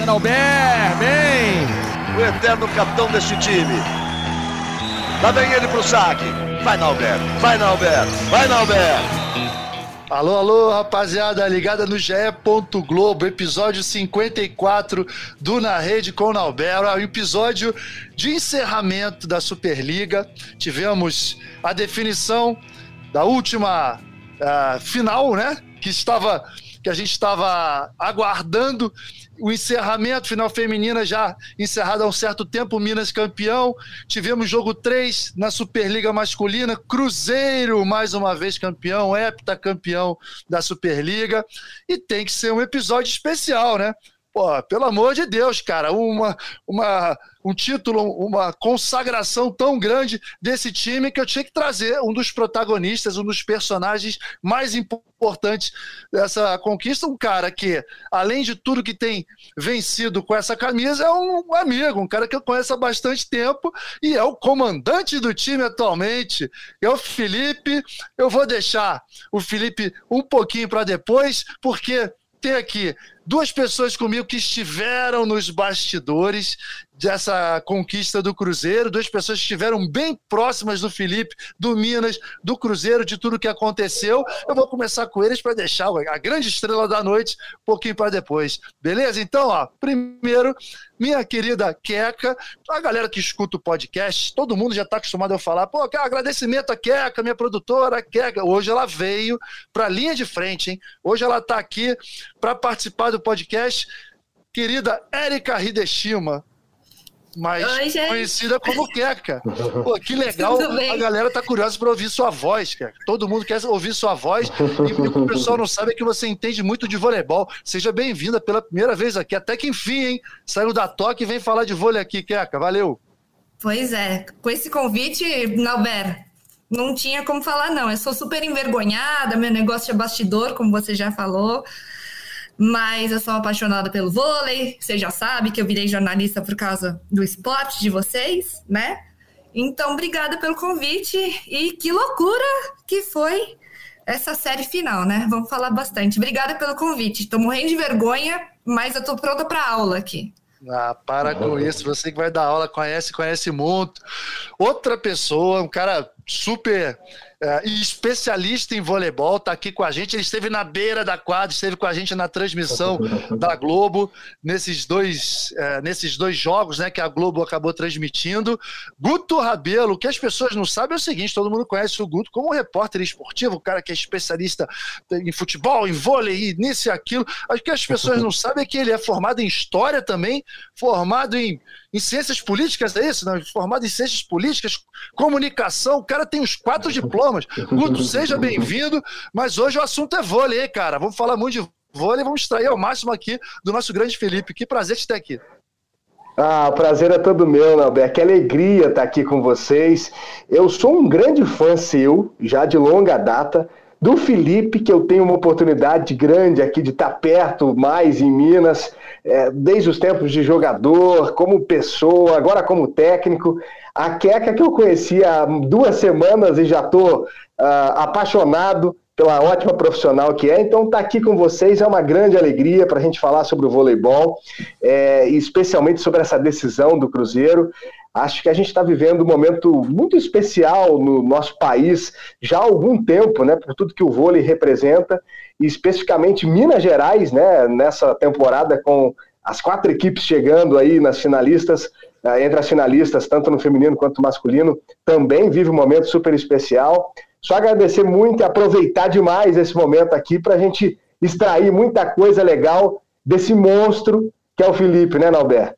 Nauber, bem! O eterno capitão deste time. Lá vem ele pro saque. Vai, Nauber, vai, Nauber, vai, Nauber! Alô, alô, rapaziada, ligada no GE. Globo, episódio 54 do Na Rede com o Nauber, o episódio de encerramento da Superliga. Tivemos a definição da última final, né? Que a gente estava aguardando o encerramento, final feminina já encerrada há um certo tempo, Minas campeão. Tivemos jogo 3 na Superliga masculina, Cruzeiro mais uma vez campeão, heptacampeão da Superliga, e tem que ser um episódio especial, né? Pô, pelo amor de Deus, cara, um título, uma consagração tão grande desse time que eu tinha que trazer um dos protagonistas, um dos personagens mais importantes dessa conquista, um cara que, além de tudo que tem vencido com essa camisa, é um amigo, um cara que eu conheço há bastante tempo e é o comandante do time atualmente, é o Felipe. Eu vou deixar o Felipe um pouquinho para depois, porque tem aqui duas pessoas comigo que estiveram nos bastidores dessa conquista do Cruzeiro, duas pessoas que estiveram bem próximas do Felipe, do Minas, do Cruzeiro, de tudo que aconteceu. Eu vou começar com eles para deixar a grande estrela da noite um pouquinho para depois. Beleza? Então, primeiro, minha querida Queca, a galera que escuta o podcast, todo mundo já está acostumado a falar, agradecimento à Queca, minha produtora, Queca. Hoje ela veio para a linha de frente, hein? Hoje ela está aqui para participar do podcast. Querida Érica Hideshima, mais conhecida como Queca. Pô, que legal, a galera tá curiosa para ouvir sua voz, Queca. Todo mundo quer ouvir sua voz, e o que o pessoal não sabe é que você entende muito de voleibol. Seja bem-vinda pela primeira vez aqui, até que enfim, hein? Saiu da toca e vem falar de vôlei aqui, Queca. Valeu! Pois é, com esse convite, Nauber, não tinha como falar não. Eu sou super envergonhada, meu negócio é bastidor, como você já falou. Mas eu sou apaixonada pelo vôlei, você já sabe que eu virei jornalista por causa do esporte de vocês, né? Então, obrigada pelo convite e que loucura que foi essa série final, né? Vamos falar bastante. Obrigada pelo convite. Estou morrendo de vergonha, mas eu estou pronta para aula aqui. Para com isso, você que vai dar aula, conhece muito. Outra pessoa, um cara super especialista em voleibol, está aqui com a gente. Ele esteve na beira da quadra, esteve com a gente na transmissão da Globo, nesses dois jogos, né, que a Globo acabou transmitindo. Guto Rabelo. O que as pessoas não sabem é o seguinte: todo mundo conhece o Guto como um repórter esportivo, o cara que é especialista em futebol, em vôlei, nisso e aquilo. O que as pessoas não sabem é que ele é formado em história também, formado em ciências políticas, é isso? Não? Formado em ciências políticas, comunicação, o cara tem uns 4 diplomas. Guto, seja bem-vindo, mas hoje o assunto é vôlei, hein, cara? Vamos falar muito de vôlei, vamos extrair ao máximo aqui do nosso grande Felipe. Que prazer te ter aqui. O prazer é todo meu, Nauber. Que alegria estar aqui com vocês. Eu sou um grande fã seu, já de longa data, do Felipe, que eu tenho uma oportunidade grande aqui de estar perto mais em Minas, desde os tempos de jogador, como pessoa, agora como técnico. A Queca que eu conheci há 2 semanas e já estou apaixonado pela ótima profissional que é. Então, estar aqui com vocês é uma grande alegria para a gente falar sobre o voleibol, especialmente sobre essa decisão do Cruzeiro. Acho que a gente está vivendo um momento muito especial no nosso país já há algum tempo, né, por tudo que o vôlei representa, e especificamente Minas Gerais, né, nessa temporada, com as 4 equipes chegando aí nas finalistas, entre as finalistas, tanto no feminino quanto no masculino, também vive um momento super especial. Só agradecer muito e aproveitar demais esse momento aqui para a gente extrair muita coisa legal desse monstro que é o Felipe, né, Nauber?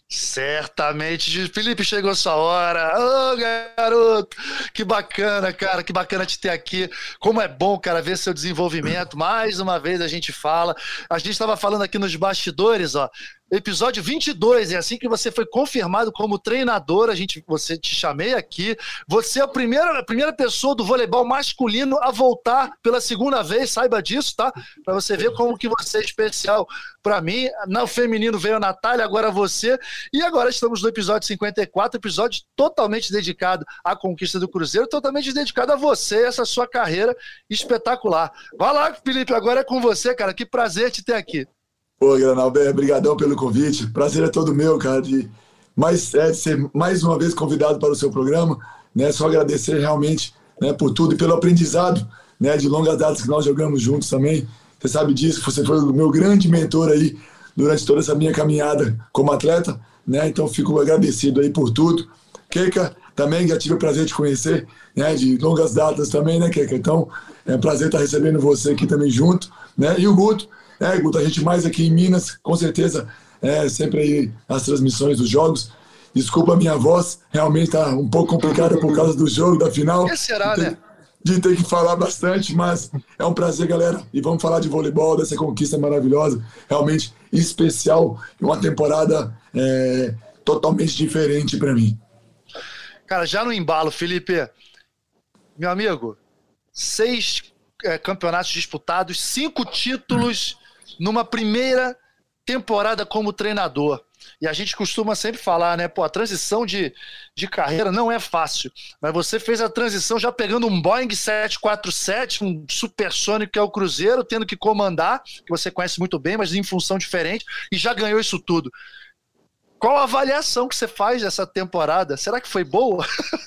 Certamente, Felipe, chegou sua hora. Ô, garoto, que bacana, cara, que bacana te ter aqui. Como é bom, cara, ver seu desenvolvimento. Mais uma vez a gente fala. A gente estava falando aqui nos bastidores, episódio 22, é assim que você foi confirmado como treinador, você te chamei aqui, você é a primeira pessoa do voleibol masculino a voltar pela 2ª vez, saiba disso, tá? Para você ver como que você é especial para mim. No feminino veio a Natália, agora você, e agora estamos no episódio 54, episódio totalmente dedicado à conquista do Cruzeiro, totalmente dedicado a você, essa sua carreira espetacular. Vai lá, Felipe, agora é com você, cara, que prazer te ter aqui. Pô, Granalber, brigadão pelo convite. Prazer é todo meu, cara, de ser mais uma vez convidado para o seu programa, né? Só agradecer realmente, né, por tudo e pelo aprendizado, né, de longas datas que nós jogamos juntos também. Você sabe disso, você foi o meu grande mentor aí durante toda essa minha caminhada como atleta, né? Então fico agradecido aí por tudo. Keka, também já tive o prazer de conhecer, né, de longas datas também, né, Keka? Então é um prazer estar recebendo você aqui também junto, né? E o Guto, Guto, a gente mais aqui em Minas, com certeza, sempre aí as transmissões dos jogos. Desculpa a minha voz, realmente está um pouco complicada por causa do jogo, da final. Que será, né? De ter que falar bastante, mas é um prazer, galera. E vamos falar de voleibol, dessa conquista maravilhosa, realmente especial, e uma temporada totalmente diferente para mim. Cara, já no embalo, Felipe, meu amigo, 6 campeonatos disputados, 5 títulos numa primeira temporada como treinador. E a gente costuma sempre falar, né? Pô, a transição de carreira não é fácil. Mas você fez a transição já pegando um Boeing 747, um supersônico que é o Cruzeiro, tendo que comandar, que você conhece muito bem, mas em função diferente, e já ganhou isso tudo. Qual a avaliação que você faz dessa temporada? Será que foi boa?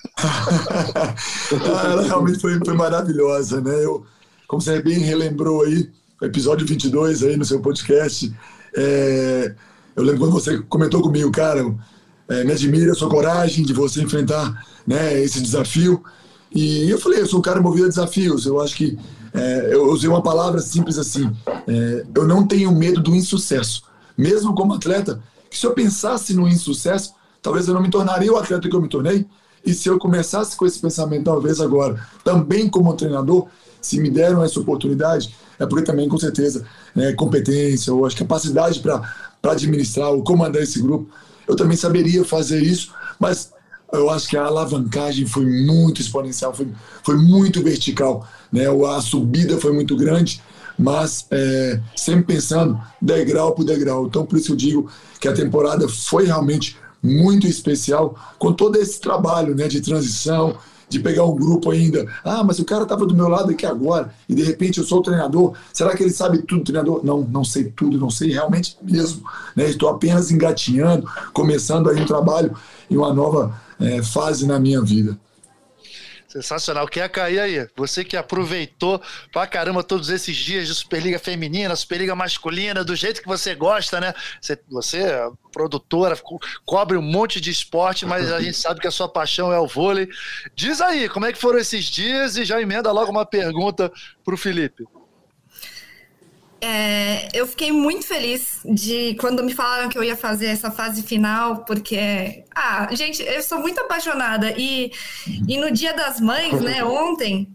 Ela realmente foi maravilhosa, né? Como você bem relembrou aí, o episódio 22 aí no seu podcast, eu lembro quando você comentou comigo, cara, me admira a sua coragem de você enfrentar, né, esse desafio. E eu falei, eu sou um cara movido a desafios. Eu acho que eu usei uma palavra simples assim, eu não tenho medo do insucesso. Mesmo como atleta, que se eu pensasse no insucesso, talvez eu não me tornaria o atleta que eu me tornei. E se eu começasse com esse pensamento, talvez agora, também como treinador, se me deram essa oportunidade, é porque também, com certeza, competência ou acho capacidade para administrar ou comandar esse grupo, eu também saberia fazer isso, mas eu acho que a alavancagem foi muito exponencial, foi muito vertical, né? A subida foi muito grande, mas sempre pensando degrau por degrau. Então, por isso eu digo que a temporada foi realmente muito especial, com todo esse trabalho, né, de transição, de pegar um grupo ainda. Mas o cara estava do meu lado aqui agora, e de repente eu sou o treinador. Será que ele sabe tudo, treinador? Não sei tudo, não sei realmente mesmo, né? Estou apenas engatinhando, começando aí um trabalho e uma nova fase na minha vida. Sensacional. Quer cair aí? Você que aproveitou pra caramba todos esses dias de Superliga Feminina, Superliga Masculina, do jeito que você gosta, né? Você é produtora, cobre um monte de esporte, mas a gente sabe que a sua paixão é o vôlei. Diz aí, como é que foram esses dias? E já emenda logo uma pergunta pro Felipe. Eu fiquei muito feliz quando me falaram que eu ia fazer essa fase final, porque, gente, eu sou muito apaixonada, e no Dia das Mães, né, ontem,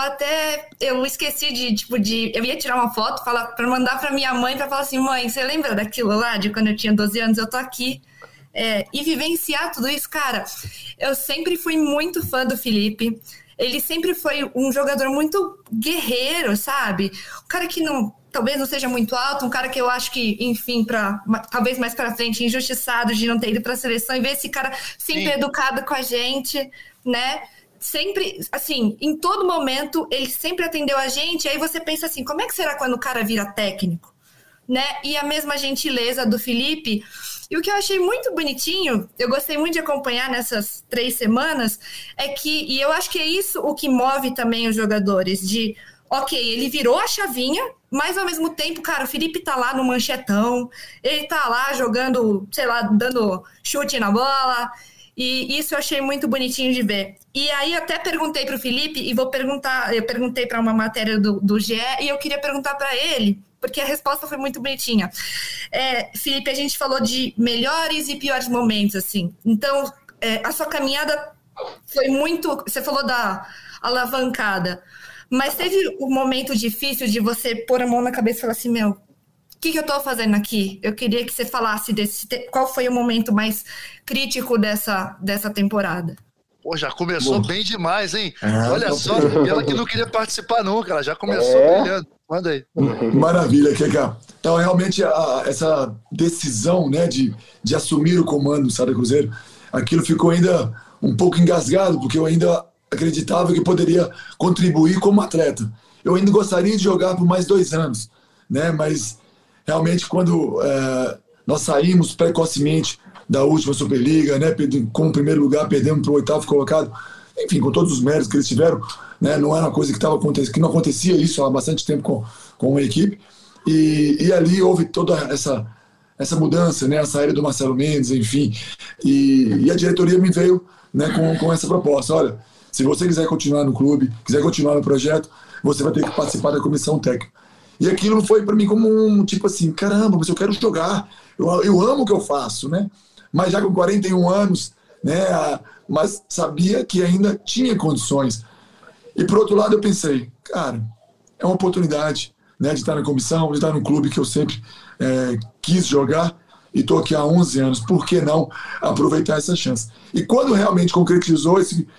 eu esqueci eu ia tirar uma foto para mandar para minha mãe, para falar assim, mãe, você lembra daquilo lá, de quando eu tinha 12 anos, eu tô aqui, e vivenciar tudo isso, cara, eu sempre fui muito fã do Felipe. Ele sempre foi um jogador muito guerreiro, sabe? Um cara que talvez não seja muito alto, um cara que eu acho que, enfim, talvez mais pra frente, injustiçado de não ter ido pra seleção, e ver esse cara sempre educado com a gente, né? Sempre, assim, em todo momento, ele sempre atendeu a gente, aí você pensa assim, como é que será quando o cara vira técnico? Né? E a mesma gentileza do Felipe. E o que eu achei muito bonitinho, eu gostei muito de acompanhar nessas 3 semanas, e eu acho que é isso o que move também os jogadores, ele virou a chavinha, mas ao mesmo tempo, cara, o Felipe tá lá no manchetão, ele tá lá jogando, sei lá, dando chute na bola, e isso eu achei muito bonitinho de ver. E aí até perguntei pro Felipe, eu perguntei para uma matéria do GE, e eu queria perguntar para ele, porque a resposta foi muito bonitinha. Felipe, a gente falou de melhores e piores momentos, assim. Então, a sua caminhada foi muito... Você falou da alavancada, mas teve um momento difícil de você pôr a mão na cabeça e falar assim, o que eu tô fazendo aqui? Eu queria que você falasse qual foi o momento mais crítico dessa temporada. Pô, já começou bem demais, hein? Olha só, ela que não queria participar nunca, ela já começou brilhando. Manda aí. Maravilha, Keka. Então, realmente, essa decisão, né, de assumir o comando do Sada Cruzeiro, aquilo ficou ainda um pouco engasgado, porque eu ainda acreditava que poderia contribuir como atleta. Eu ainda gostaria de jogar por mais 2 anos, né, mas realmente quando nós saímos precocemente da última Superliga, né, como primeiro lugar, perdemos para o 8º colocado, enfim, com todos os méritos que eles tiveram, né, não era uma coisa que não acontecia isso há bastante tempo com a equipe, e ali houve toda essa mudança, né, a saída do Marcelo Mendes, enfim, e a diretoria me veio, né, com essa proposta: olha, se você quiser continuar no clube, quiser continuar no projeto, você vai ter que participar da comissão técnica. E aquilo foi para mim como um tipo assim, caramba, mas eu quero jogar, eu amo o que eu faço, né? Mas já com 41 anos, né? Mas sabia que ainda tinha condições. E por outro lado eu pensei, cara, é uma oportunidade, né, de estar na comissão, de estar no clube que eu sempre quis jogar, e estou aqui há 11 anos, por que não aproveitar essa chance? E quando realmente concretizou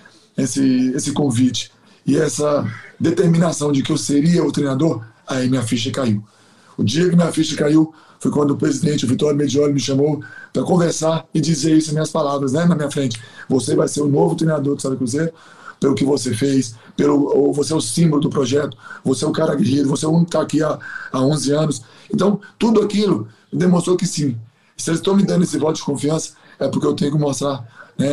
esse convite e essa determinação de que eu seria o treinador, aí minha ficha caiu. O dia que minha ficha caiu foi quando o presidente, o Vitório Medioli, me chamou para conversar e dizer isso em minhas palavras, né, na minha frente: você vai ser o novo treinador do Santa Cruzeiro, pelo que você fez, você é o símbolo do projeto, você é o cara guerreiro, você é o único que está aqui há 11 anos. Então, tudo aquilo demonstrou que sim, se eles estão me dando esse voto de confiança, é porque eu tenho que mostrar, né,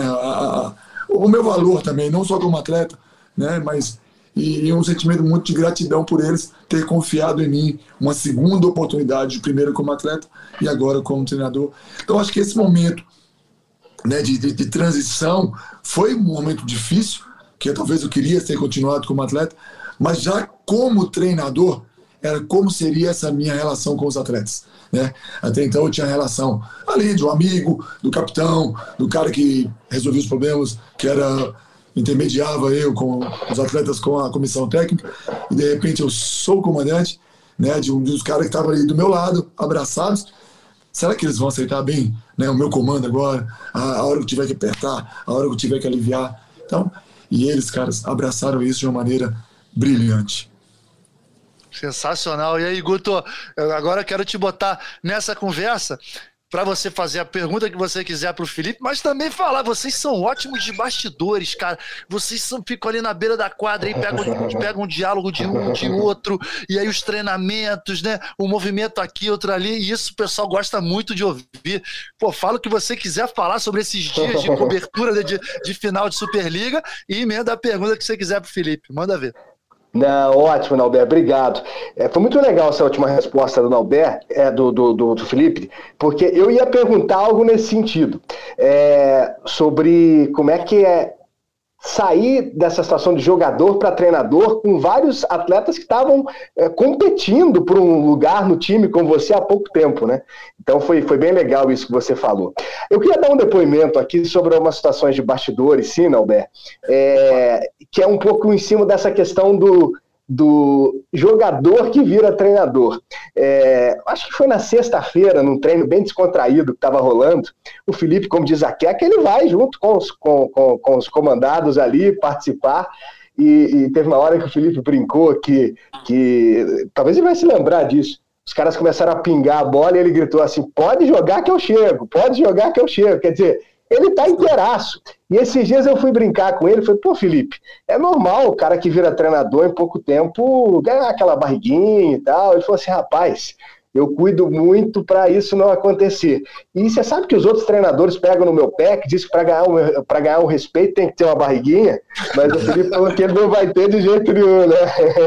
o meu valor também, não só como atleta, né, mas e um sentimento muito de gratidão por eles ter confiado em mim, uma segunda oportunidade, primeiro como atleta e agora como treinador. Então acho que esse momento, né, de transição foi um momento difícil, que talvez eu queria ter continuado como atleta, mas já como treinador era como seria essa minha relação com os atletas, né? Até então eu tinha a relação ali de um amigo, do capitão, do cara que resolvia os problemas, que intermediava eu com os atletas, com a comissão técnica, e de repente eu sou o comandante, né, de um dos caras que estavam ali do meu lado, abraçados. Será que eles vão aceitar bem, né, o meu comando agora, a hora que eu tiver que apertar, a hora que eu tiver que aliviar? Então, e eles, caras, abraçaram isso de uma maneira brilhante. Sensacional. E aí, Guto, agora eu quero te botar nessa conversa para você fazer a pergunta que você quiser para o Felipe, mas também falar: vocês são ótimos de bastidores, cara. Vocês ficam ali na beira da quadra e pegam um diálogo de um, de outro, e aí os treinamentos, né? O movimento aqui, outro ali, e isso o pessoal gosta muito de ouvir. Pô, fala o que você quiser falar sobre esses dias de cobertura de final de Superliga e emenda a pergunta que você quiser para o Felipe. Manda ver. Não, ótimo, Naubert, obrigado. Foi muito legal essa última resposta do Naubert, do Felipe, porque eu ia perguntar algo nesse sentido, sobre como é que é sair dessa situação de jogador para treinador com vários atletas que estavam competindo por um lugar no time com você há pouco tempo, né? Então foi bem legal isso que você falou. Eu queria dar um depoimento aqui sobre umas situações de bastidores, sim, Naubert, que é um pouco em cima dessa questão do jogador que vira treinador. Acho que foi na sexta-feira, num treino bem descontraído que estava rolando, o Felipe, como diz a Queca, ele vai junto com os comandados ali participar, e teve uma hora que o Felipe brincou que talvez ele vai se lembrar disso. Os caras começaram a pingar a bola e ele gritou assim: pode jogar que eu chego, pode jogar que eu chego. Quer dizer, ele tá inteiraço. E esses dias eu fui brincar com ele, falei: pô, Felipe, é normal o cara que vira treinador em pouco tempo ganhar aquela barriguinha e tal. Ele falou assim: rapaz, eu cuido muito para isso não acontecer. E você sabe que os outros treinadores pegam no meu pé, que diz que para ganhar um respeito tem que ter uma barriguinha, mas o Felipe falou que ele não vai ter de jeito nenhum, né?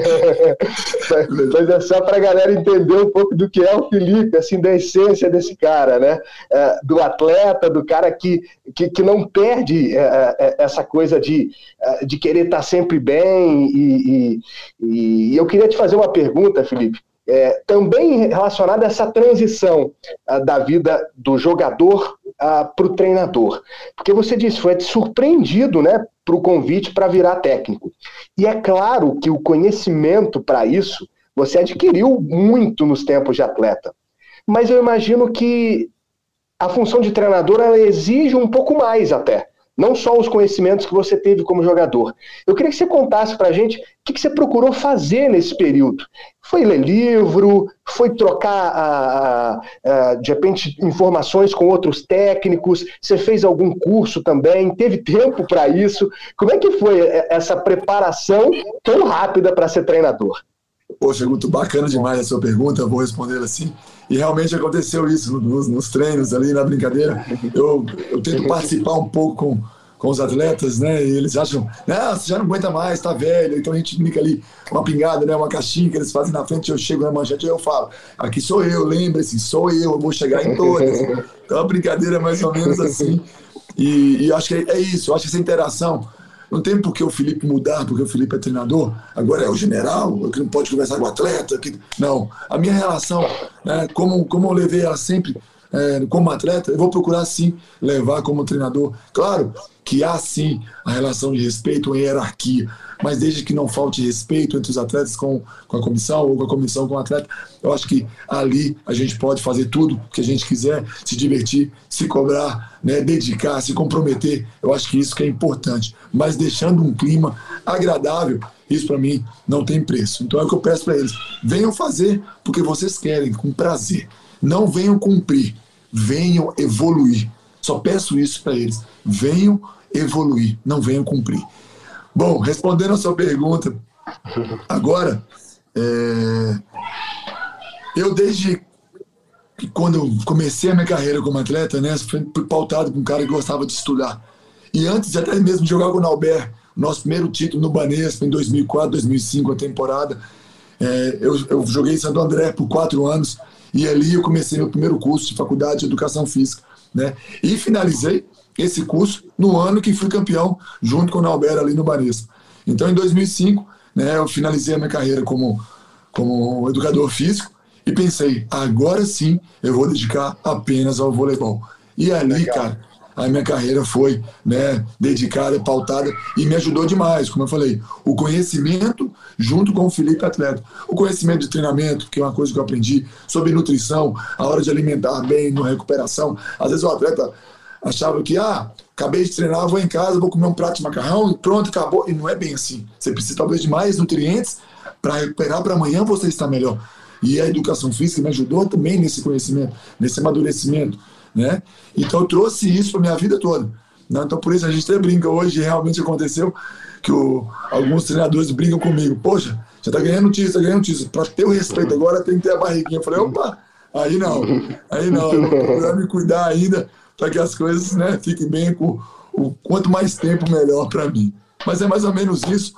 Mas é só para a galera entender um pouco do que é o Felipe, assim, da essência desse cara, né? Do atleta, do cara que não perde essa coisa de querer estar sempre bem. E eu queria te fazer uma pergunta, Felipe, também relacionada a essa transição da vida do jogador para o treinador. Porque você disse, foi surpreendido, né, para o convite para virar técnico. E é claro que o conhecimento para isso você adquiriu muito nos tempos de atleta. Mas eu imagino que a função de treinador ela exige um pouco mais até. Não só os conhecimentos que você teve como jogador. Eu queria que você contasse pra gente o que você procurou fazer nesse período. Foi ler livro? Foi trocar, de repente, informações com outros técnicos? Você fez algum curso também? Teve tempo para isso? Como é que foi essa preparação tão rápida para ser treinador? Poxa, Guto, bacana demais a sua pergunta, eu vou responder assim. E realmente aconteceu isso nos treinos ali, na brincadeira. Eu tento participar um pouco com os atletas, né? E eles acham, você já não aguenta mais, tá velho. Então a gente brinca ali, uma pingada, né? Uma caixinha que eles fazem na frente, eu chego na manchete e eu falo, aqui sou eu, lembre-se, sou eu vou chegar em todas. Então a brincadeira é mais ou menos assim. E eu acho que é isso, eu acho que essa interação, não tem por que o Felipe mudar, porque o Felipe é treinador, agora é o general, que não pode conversar com o atleta. Não, a minha relação, né, como eu levei ela sempre como atleta, eu vou procurar sim levar como treinador. Claro que há sim a relação de respeito, a hierarquia, mas desde que não falte respeito entre os atletas com a comissão ou com a comissão com o atleta, eu acho que ali a gente pode fazer tudo que a gente quiser, se divertir, se cobrar, né, dedicar, se comprometer. Eu acho que isso que é importante, mas deixando um clima agradável, isso para mim não tem preço. Então é o que eu peço para eles, venham fazer porque vocês querem, com prazer, não venham cumprir, venham evoluir. Só peço isso para eles, venham evoluir, não venham cumprir. Bom, respondendo a sua pergunta, agora, eu desde quando eu comecei a minha carreira como atleta, né, fui pautado com um cara que gostava de estudar. E antes até mesmo de jogar com o Nauber, nosso primeiro título no Banespa, em 2004, 2005, a temporada, eu joguei em Santo André por 4 anos, e ali eu comecei meu primeiro curso de faculdade de educação física, né, e finalizei esse curso no ano que fui campeão junto com o Nauber ali no Banespa. Então, em 2005, né, eu finalizei a minha carreira como educador físico e pensei, agora sim eu vou dedicar apenas ao voleibol. E ali, legal, cara, a minha carreira foi, né, dedicada, pautada e me ajudou demais, como eu falei, o conhecimento junto com o Felipe atleta, o conhecimento de treinamento, que é uma coisa que eu aprendi, sobre nutrição, a hora de alimentar bem, na recuperação. Às vezes o atleta achava que, acabei de treinar, vou em casa, vou comer um prato de macarrão e pronto, acabou. E não é bem assim. Você precisa talvez de mais nutrientes para recuperar para amanhã você estar melhor. E a educação física me ajudou também nesse conhecimento, nesse amadurecimento, né? Então eu trouxe isso para minha vida toda, né? Então por isso a gente até brinca hoje, realmente aconteceu que alguns treinadores brincam comigo. Poxa, já tá ganhando título, para ter o respeito agora tem que ter a barriguinha. Eu falei, opa, aí não, eu vou procurar me cuidar ainda, para que as coisas, né, fiquem bem, quanto mais tempo, melhor para mim. Mas é mais ou menos isso,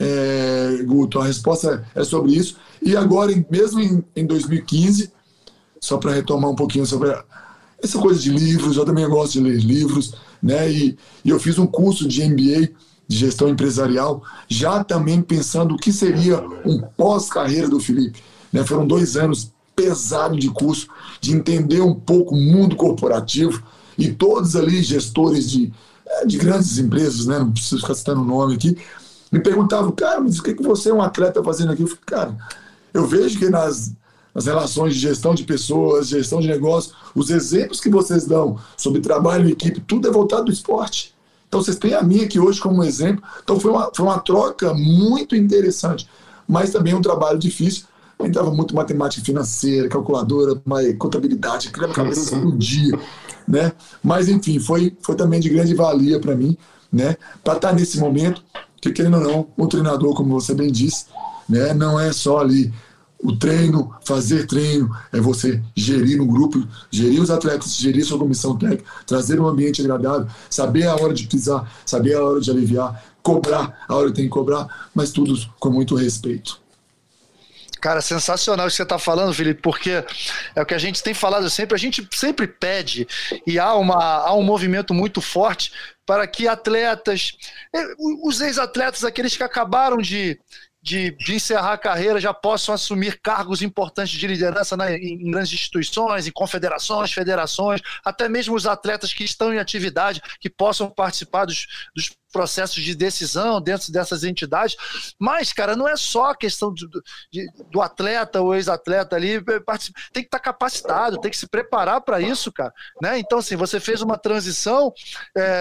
Guto, a resposta é sobre isso. E agora, mesmo em 2015, só para retomar um pouquinho sobre essa coisa de livros, eu também gosto de ler livros, né, e eu fiz um curso de MBA, de gestão empresarial, já também pensando o que seria um pós-carreira do Felipe, né, foram 2 anos pesados de curso, de entender um pouco o mundo corporativo, e todos ali, gestores de grandes empresas, né? Não preciso ficar citando o nome aqui, me perguntavam, cara, mas o que você é um atleta fazendo aqui? Eu falei, cara, eu vejo que nas relações de gestão de pessoas, gestão de negócio, os exemplos que vocês dão sobre trabalho em equipe, tudo é voltado do esporte. Então vocês têm a minha aqui hoje como exemplo. Então foi uma troca muito interessante, mas também um trabalho difícil. Entrava muito matemática financeira, calculadora, contabilidade, aquela cabeça explodia, né? Mas enfim, foi também de grande valia para mim, né? Para estar nesse momento, que querendo ou não, o treinador, como você bem disse, né? Não é só ali o treino, fazer treino, é você gerir um grupo, gerir os atletas, gerir sua comissão técnica, trazer um ambiente agradável, saber a hora de pisar, saber a hora de aliviar, cobrar a hora que tem que cobrar, mas tudo com muito respeito. Cara, sensacional o que você está falando, Felipe, porque é o que a gente tem falado sempre, a gente sempre pede, e há um movimento muito forte para que atletas, os ex-atletas, aqueles que acabaram de encerrar a carreira, já possam assumir cargos importantes de liderança, né, em grandes instituições, em confederações, federações, até mesmo os atletas que estão em atividade, que possam participar dos processos de decisão dentro dessas entidades. Mas, cara, não é só a questão do atleta ou ex-atleta ali, tem que estar capacitado, tem que se preparar para isso, cara, né? Então, assim, você fez uma transição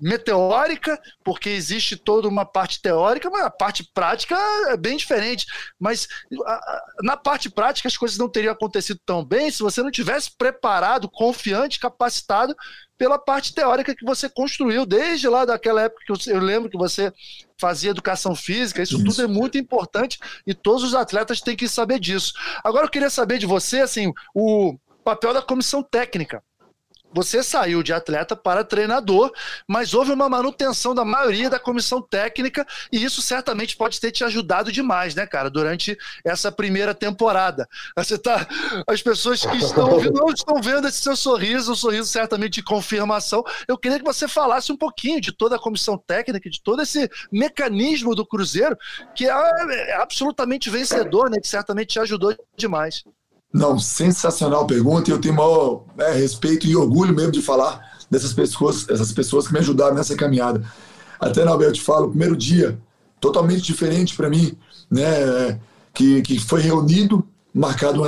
meteórica, porque existe toda uma parte teórica, mas a parte prática é bem diferente. Mas na parte prática as coisas não teriam acontecido tão bem se você não tivesse preparado, confiante, capacitado pela parte teórica que você construiu desde lá daquela época que eu lembro que você fazia educação física. Isso tudo é muito importante e todos os atletas têm que saber disso. Agora eu queria saber de você, assim, o papel da comissão técnica. Você saiu de atleta para treinador, mas houve uma manutenção da maioria da comissão técnica e isso certamente pode ter te ajudado demais, né, cara, durante essa primeira temporada. As pessoas que estão ouvindo não estão vendo esse seu sorriso, um sorriso certamente de confirmação. Eu queria que você falasse um pouquinho de toda a comissão técnica, de todo esse mecanismo do Cruzeiro, que é absolutamente vencedor, né, que certamente te ajudou demais. Não, sensacional pergunta, e eu tenho maior respeito e orgulho mesmo de falar dessas pessoas que me ajudaram nessa caminhada. Até, Naubel, eu te falo, o primeiro dia, totalmente diferente para mim, né, que foi reunido, marcado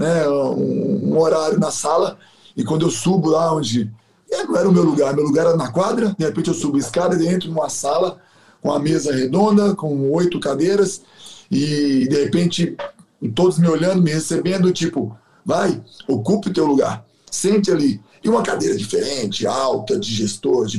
um horário na sala, e quando eu subo lá onde... não era o meu lugar era na quadra, de repente eu subo a escada e entro numa sala com a mesa redonda, com 8 cadeiras, e de repente... todos me olhando, me recebendo, tipo, vai, ocupe o teu lugar, sente ali. E uma cadeira diferente, alta, de gestor,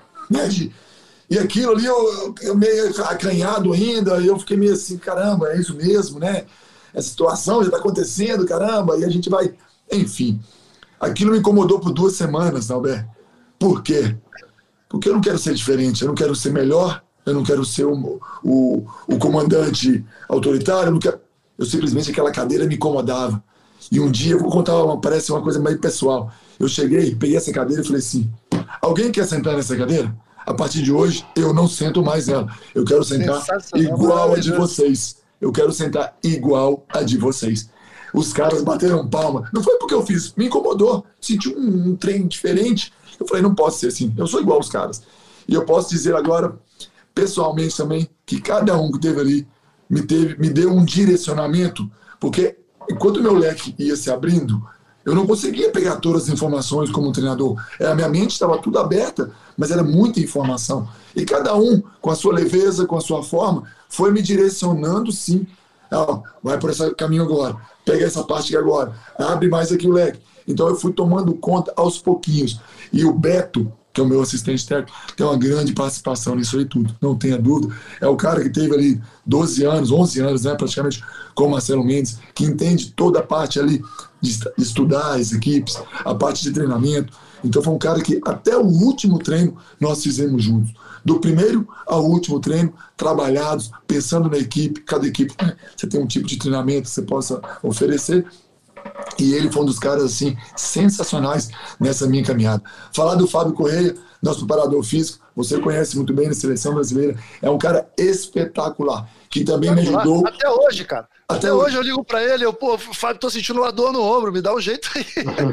e aquilo ali, eu meio acanhado ainda, e eu fiquei meio assim, caramba, é isso mesmo, né? Essa situação já está acontecendo, caramba, e a gente vai... Enfim, aquilo me incomodou por 2 semanas, Albert. Por quê? Porque eu não quero ser diferente, eu não quero ser melhor, eu não quero ser o comandante autoritário, eu não quero... Eu simplesmente, aquela cadeira me incomodava. E um dia, eu vou contar, parece uma coisa mais pessoal. Eu cheguei, peguei essa cadeira e falei assim, alguém quer sentar nessa cadeira? A partir de hoje, eu não sento mais nela. Eu quero sentar igual a de vocês. Eu quero sentar igual a de vocês. Os caras bateram palma. Não foi porque eu fiz, me incomodou. Senti um trem diferente. Eu falei, não posso ser assim. Eu sou igual aos caras. E eu posso dizer agora, pessoalmente também, que cada um que esteve ali me deu um direcionamento, porque enquanto o meu leque ia se abrindo, eu não conseguia pegar todas as informações como treinador. A minha mente estava tudo aberta, mas era muita informação. E cada um, com a sua leveza, com a sua forma, foi me direcionando, sim. Vai por esse caminho agora, pega essa parte aqui agora, abre mais aqui o leque. Então eu fui tomando conta aos pouquinhos. E o Beto, que é o meu assistente técnico, tem uma grande participação nisso aí tudo, não tenha dúvida. É o cara que teve ali 12 anos, 11 anos, né, praticamente, com o Marcelo Mendes, que entende toda a parte ali de estudar as equipes, a parte de treinamento. Então foi um cara que até o último treino nós fizemos juntos. Do primeiro ao último treino, trabalhados, pensando na equipe, cada equipe, você tem um tipo de treinamento que você possa oferecer. E ele foi um dos caras, assim, sensacionais nessa minha caminhada. Falar do Fábio Correia, nosso preparador físico, você conhece muito bem na seleção brasileira, é um cara espetacular, que também me ajudou. Até hoje, cara. Até hoje eu ligo pra ele, Fábio, tô sentindo uma dor no ombro, me dá um jeito aí.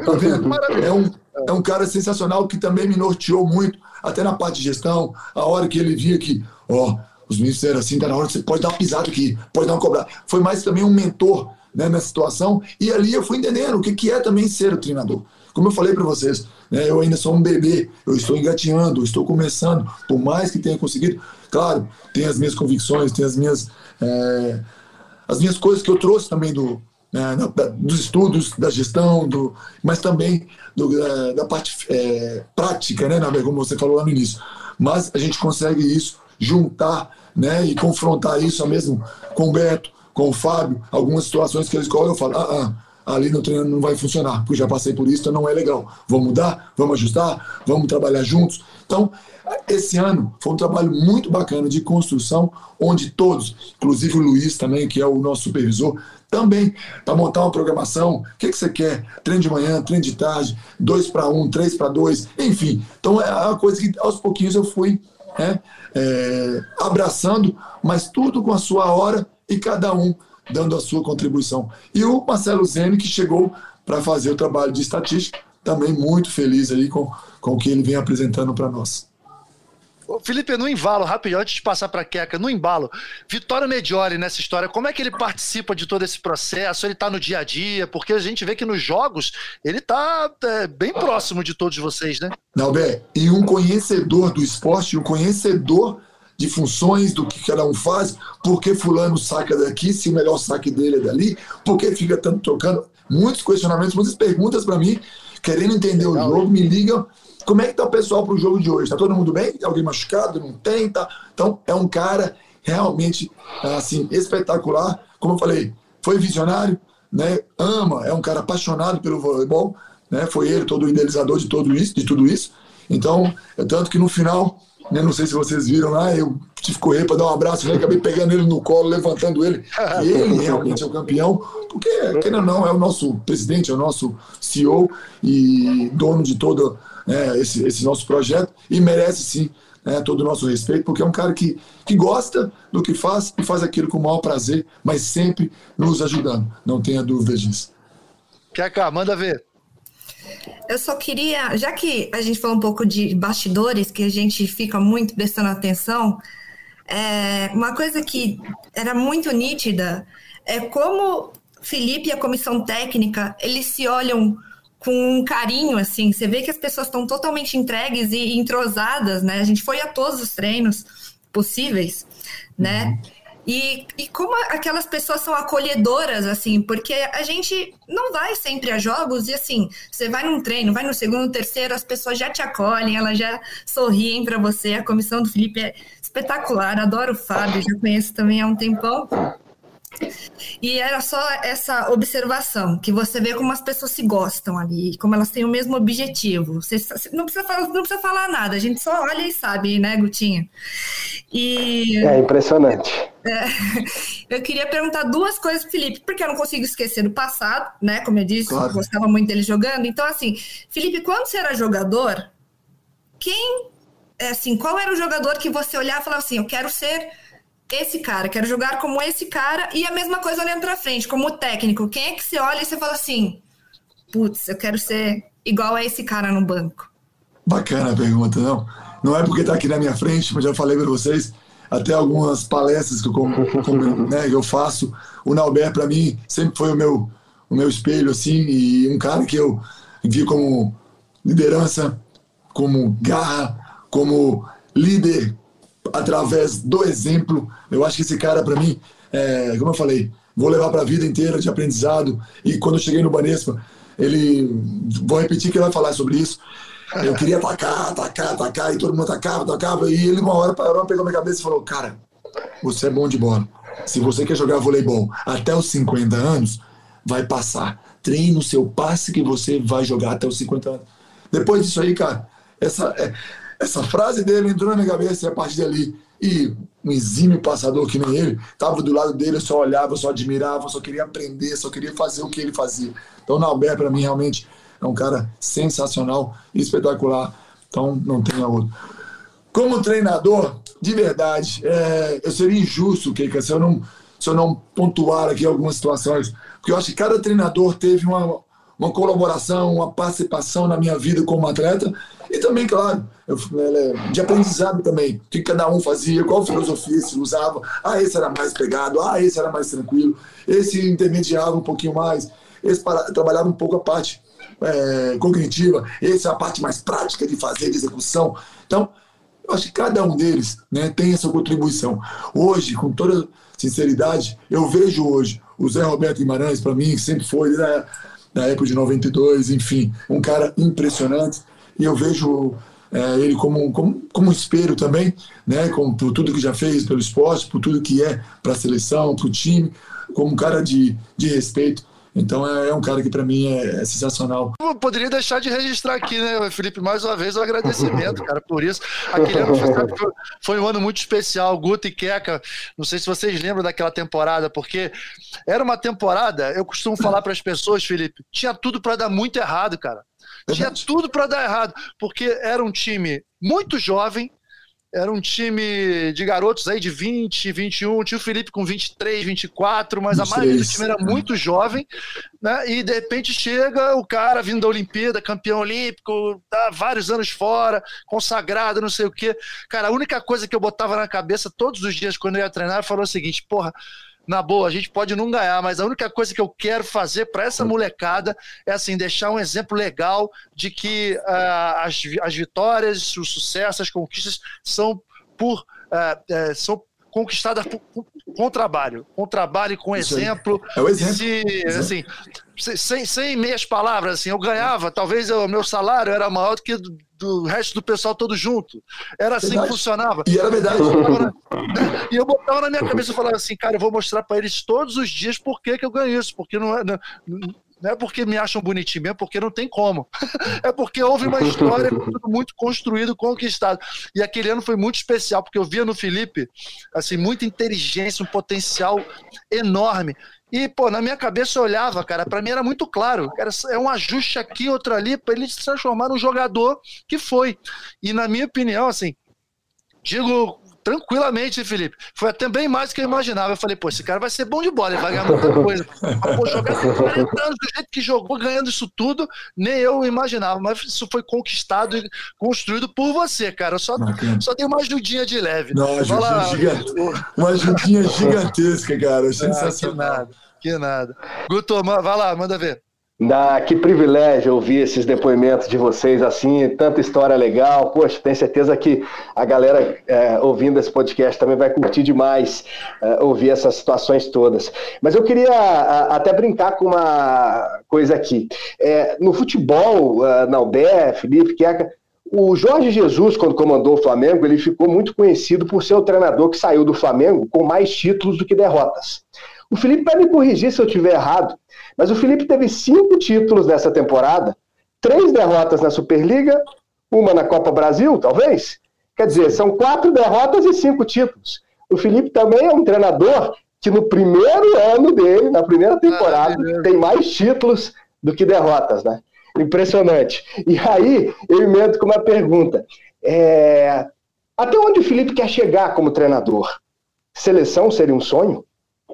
É um cara sensacional que também me norteou muito, até na parte de gestão, a hora que ele via que, os meninos eram assim, tá na hora que você pode dar uma pisada aqui, pode dar uma cobrada. Foi mais também um mentor, né, nessa situação, e ali eu fui entendendo o que é também ser o treinador. Como eu falei para vocês, né, eu ainda sou um bebê, eu estou engatinhando, eu estou começando, por mais que tenha conseguido, claro, tem as minhas convicções, tem as minhas coisas que eu trouxe também dos estudos, da gestão, mas também da parte prática, né, como você falou lá no início. Mas a gente consegue isso, juntar, né, e confrontar isso mesmo com o Beto, com o Fábio, algumas situações que eles colocam, eu falo, ali no treino não vai funcionar, porque já passei por isso, então não é legal. Vamos mudar, vamos ajustar, vamos trabalhar juntos. Então, esse ano foi um trabalho muito bacana de construção, onde todos, inclusive o Luiz também, que é o nosso supervisor, também, para montar uma programação, o que você quer? Treino de manhã, treino de tarde, 2-1, 3-2, enfim. Então, é uma coisa que aos pouquinhos eu fui abraçando, mas tudo com a sua hora e cada um dando a sua contribuição. E o Marcelo Zene, que chegou para fazer o trabalho de estatística, também muito feliz aí com o que ele vem apresentando para nós. Felipe, no embalo, rapidinho, antes de passar para a Queca, no embalo, Vitório Medioli nessa história, como é que ele participa de todo esse processo? Ele está no dia a dia? Porque a gente vê que nos jogos ele está bem próximo de todos vocês, né? Nalber, e um conhecedor do esporte, um conhecedor de funções, do que cada um faz, por que fulano saca daqui, se o melhor saque dele é dali, por que fica tanto trocando, muitos questionamentos, muitas perguntas para mim, querendo entender o jogo, me ligam, como é que tá o pessoal pro jogo de hoje? Tá todo mundo bem? Tem alguém machucado? Não tem? Tá? Então, é um cara realmente, assim, espetacular, como eu falei, foi visionário, né? Ama, é um cara apaixonado pelo voleibol, né? Foi ele todo o idealizador de tudo isso, então, é tanto que no final, né, não sei se vocês viram lá, eu tive que correr para dar um abraço, né, acabei pegando ele no colo, levantando ele, e ele realmente é o campeão, porque, querendo ou não, é o nosso presidente, é o nosso CEO e dono de todo esse nosso projeto, e merece sim todo o nosso respeito, porque é um cara que gosta do que faz e faz aquilo com o maior prazer, mas sempre nos ajudando, não tenha dúvida disso. Queca, manda ver. Eu só queria, já que a gente falou um pouco de bastidores, que a gente fica muito prestando atenção, uma coisa que era muito nítida é como Felipe e a comissão técnica, eles se olham com um carinho, assim, você vê que as pessoas estão totalmente entregues e entrosadas, né? A gente foi a todos os treinos possíveis, né? E como aquelas pessoas são acolhedoras, assim, porque a gente não vai sempre a jogos e, assim, você vai num treino, vai no segundo, terceiro, as pessoas já te acolhem, elas já sorriem para você. A comissão do Felipe é espetacular, adoro o Fábio, já conheço também há um tempão. E era só essa observação, que você vê como as pessoas se gostam ali, como elas têm o mesmo objetivo. Você não precisa falar nada, a gente só olha e sabe, né, Gutinha? É impressionante. Eu queria perguntar duas coisas pro Felipe, porque eu não consigo esquecer do passado, né? Como eu disse, claro. Gostava muito dele jogando. Então, assim, Felipe, quando você era jogador, qual era o jogador que você olhava e falava assim, eu quero ser esse cara, quero jogar como esse cara, e a mesma coisa olhando pra frente, como técnico, quem é que você olha e você fala assim, putz, eu quero ser igual a esse cara no banco? Bacana a pergunta, não é porque tá aqui na minha frente, mas já falei para vocês, até algumas palestras que eu faço, o Nalber para mim sempre foi o meu espelho, assim, e um cara que eu vi como liderança, como garra, como líder, através do exemplo. Eu acho que esse cara, para mim, como eu falei, vou levar para a vida inteira de aprendizado. E quando eu cheguei no Banespa, vou repetir que ele vai falar sobre isso. Eu queria atacar, e todo mundo atacava, e ele uma hora parou, pegou minha cabeça e falou, cara, você é bom de bola. Se você quer jogar voleibol até os 50 anos, vai passar. Treine o seu passe que você vai jogar até os 50 anos. Depois disso aí, cara, essa frase dele entrou na minha cabeça e a partir dali, e um exímio passador que nem ele, estava do lado dele, eu só olhava, eu só admirava, eu só queria aprender, só queria fazer o que ele fazia. Então o Nalber, para mim, realmente é um cara sensacional e espetacular, então não tem outro. Como treinador, de verdade, eu seria injusto, Keika, se eu não pontuar aqui algumas situações, porque eu acho que cada treinador teve uma colaboração, uma participação na minha vida como atleta, e também, claro, de aprendizado também, o que cada um fazia, qual filosofia se usava, esse era mais pegado, esse era mais tranquilo, esse intermediava um pouquinho mais, esse trabalhava um pouco a parte cognitiva, esse é a parte mais prática de fazer, de execução. Então, eu acho que cada um deles, né, tem essa contribuição. Hoje, com toda sinceridade, eu vejo hoje o Zé Roberto Guimarães, para mim, sempre foi da época de 92, enfim, um cara impressionante, e eu vejo ele como um espelho também, né, por tudo que já fez pelo esporte, por tudo que é para a seleção, para o time, como um cara de respeito. Então é um cara que para mim é sensacional. Eu poderia deixar de registrar aqui, né, Felipe, mais uma vez o agradecimento, cara, por isso. Aquele ano foi um ano muito especial, Guto e Queca, não sei se vocês lembram daquela temporada, porque era uma temporada, eu costumo falar para as pessoas, Felipe, tinha tudo para dar muito errado, cara. Tinha tudo para dar errado, porque era um time muito jovem, era um time de garotos aí de 20, 21, tinha o Felipe com 23, 24, mas a maioria do time era muito jovem, né? E de repente chega o cara vindo da Olimpíada, campeão olímpico, tá vários anos fora, consagrado, não sei o quê. Cara, a única coisa que eu botava na cabeça todos os dias quando eu ia treinar, eu falava o seguinte, porra, na boa, a gente pode não ganhar, mas a única coisa que eu quero fazer para essa molecada é assim, deixar um exemplo legal de que as vitórias, o sucesso, as conquistas são conquistadas com trabalho e com exemplo. É o exemplo. Assim, sem meias palavras, assim, eu ganhava, talvez o meu salário era maior do que do resto do pessoal todo junto. Era assim que funcionava. E era verdade. E eu botava na minha cabeça e falava assim, cara, eu vou mostrar para eles todos os dias por que eu ganho isso, porque não é porque me acham bonitinho, é porque não tem como. É porque houve uma história tudo muito construído, conquistado. E aquele ano foi muito especial, porque eu via no Felipe assim, muita inteligência, um potencial enorme. E, pô, na minha cabeça eu olhava, cara, pra mim era muito claro, cara, é um ajuste aqui, outro ali, pra ele se transformar num jogador que foi. E na minha opinião, assim, digo tranquilamente, Felipe, foi até bem mais do que eu imaginava. Eu falei, pô, esse cara vai ser bom de bola, ele vai ganhar muita coisa. Mas, pô, jogar 40 anos do jeito que jogou, ganhando isso tudo, nem eu imaginava, mas isso foi conquistado e construído por você, cara. Eu só dei uma ajudinha de leve. Não, uma ajudinha gigantesca, cara, sensacional. Que nada. Guto, vai lá, manda ver. Que privilégio ouvir esses depoimentos de vocês, assim, tanta história legal. Poxa, tenho certeza que a galera ouvindo esse podcast também vai curtir demais ouvir essas situações todas. Mas eu queria até brincar com uma coisa aqui. No futebol, Naubert, Felipe, Queca, o Jorge Jesus, quando comandou o Flamengo, ele ficou muito conhecido por ser o treinador que saiu do Flamengo com mais títulos do que derrotas. O Felipe vai me corrigir se eu estiver errado, mas o Felipe teve 5 títulos nessa temporada, 3 derrotas na Superliga, uma na Copa Brasil, talvez? Quer dizer, são 4 derrotas e 5 títulos. O Felipe também é um treinador que no primeiro ano dele, na primeira temporada, tem mais títulos do que derrotas, né? Impressionante. E aí, eu emendo com uma pergunta. Até onde o Felipe quer chegar como treinador? Seleção seria um sonho?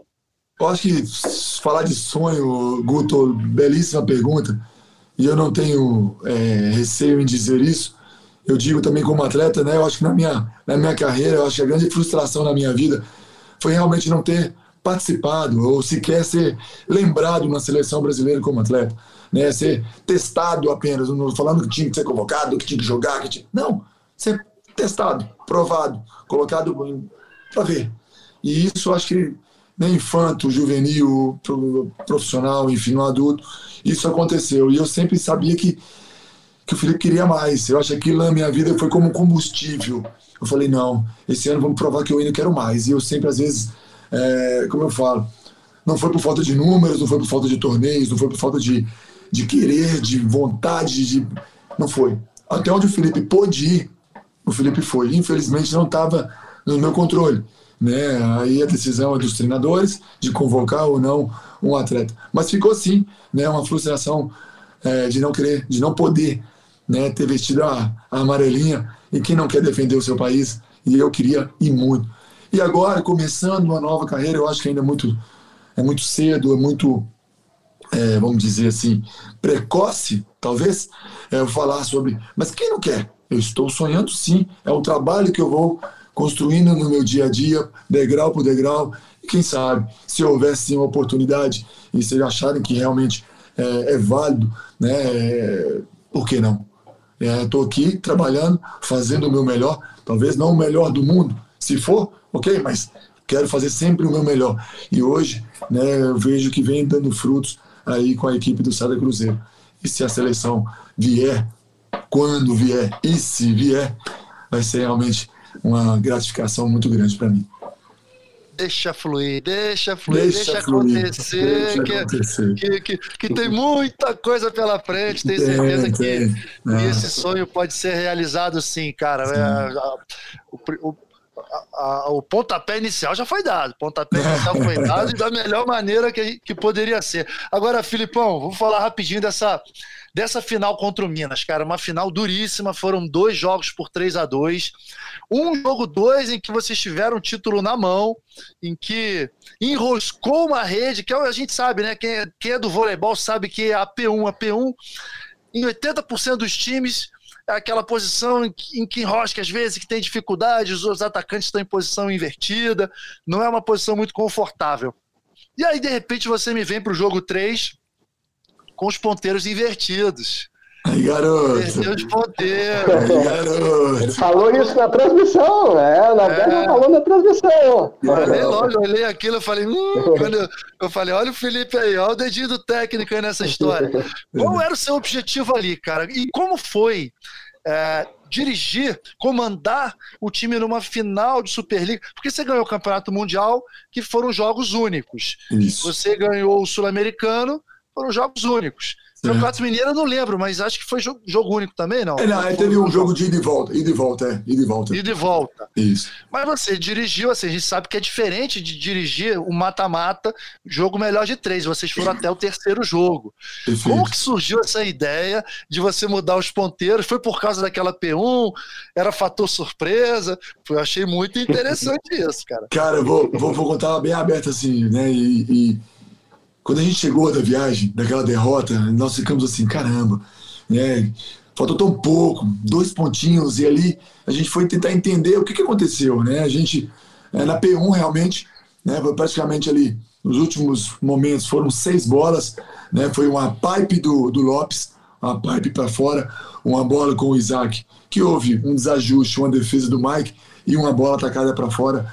Eu acho que falar de sonho, Guto, belíssima pergunta, e eu não tenho receio em dizer isso. Eu digo também como atleta, né? Eu acho que na minha carreira, eu acho que a grande frustração na minha vida foi realmente não ter participado ou sequer ser lembrado na seleção brasileira como atleta, né? Ser testado apenas, não falando que tinha que ser convocado, que tinha que jogar, não, ser testado, provado, colocado para ver. E isso eu acho que nem infanto, juvenil, profissional, enfim, no adulto, isso aconteceu. E eu sempre sabia que o Felipe queria mais. Eu acho que aquilo na minha vida foi como combustível. Eu falei, não, esse ano vamos provar que eu ainda quero mais. E eu sempre, às vezes, como eu falo, não foi por falta de números, não foi por falta de torneios, não foi por falta de querer, de vontade, não foi. Até onde o Felipe pôde ir, o Felipe foi. Infelizmente não estava no meu controle, né? Aí a decisão é dos treinadores de convocar ou não um atleta. Mas ficou assim, né? Uma frustração de não querer, de não poder, né? Ter vestido a amarelinha. E quem não quer defender o seu país? E eu queria ir muito. E agora, começando uma nova carreira, eu acho que ainda é muito cedo, é muito, vamos dizer assim, precoce, talvez, eu falar sobre... Mas quem não quer? Eu estou sonhando, sim. É um trabalho que eu vou construindo no meu dia a dia, degrau por degrau. E quem sabe, se houvesse uma oportunidade e se acharem que realmente é válido, né, por que não? Estou aqui trabalhando, fazendo o meu melhor, talvez não o melhor do mundo, se for, ok, mas quero fazer sempre o meu melhor. E hoje, né, eu vejo que vem dando frutos aí com a equipe do Sada Cruzeiro. E se a seleção vier, quando vier e se vier, vai ser realmente uma gratificação muito grande para mim. Deixa fluir, deixa acontecer, que tem muita coisa pela frente, tenho certeza que esse sonho pode ser realizado sim, cara. o pontapé inicial já foi dado. O pontapé inicial foi dado e da melhor maneira que poderia ser. Agora, Filipão, vou falar rapidinho dessa final contra o Minas, cara. Uma final duríssima, foram 2 jogos por 3-2. Um jogo 2 em que vocês tiveram o título na mão, em que enroscou uma rede, que a gente sabe, né? Quem é do voleibol sabe que é a P1. A P1, em 80% dos times, é aquela posição em que enrosca às vezes, que tem dificuldade, os atacantes estão em posição invertida, não é uma posição muito confortável. E aí, de repente, você me vem para o jogo 3 com os ponteiros invertidos. Aí, garoto. Inverteu os ponteiros. Aí, garoto. Ele falou isso na transmissão, né? O Norberto falou na transmissão. Eu olhei aquilo e falei, quando eu falei, olha o Felipe aí, olha o dedinho do técnico aí nessa história. Qual era o seu objetivo ali, cara? E como foi dirigir, comandar o time numa final de Superliga? Porque você ganhou o Campeonato Mundial, que foram jogos únicos. Isso. Você ganhou o Sul-Americano, foram jogos únicos. O Campeonato Mineiro eu não lembro, mas acho que foi jogo único também, não? Não, teve um jogo de ida e volta. Ida e volta. Isso. Mas você dirigiu, assim, a gente sabe que é diferente de dirigir o mata-mata, jogo melhor de 3. Vocês foram até o 3º jogo. Perfeito. Como que surgiu essa ideia de você mudar os ponteiros? Foi por causa daquela P1? Era fator surpresa? Eu achei muito interessante isso, cara. Cara, vou contar bem aberto assim, né? Quando a gente chegou da viagem, daquela derrota, nós ficamos assim, caramba, né? Faltou tão pouco, 2 pontinhos, e ali a gente foi tentar entender o que aconteceu, né? A gente, na P1 realmente, né, foi praticamente ali, nos últimos momentos, foram 6 bolas, né? Foi uma pipe do Lopes, uma pipe para fora, uma bola com o Isaac, que houve um desajuste, uma defesa do Mike, e uma bola atacada para fora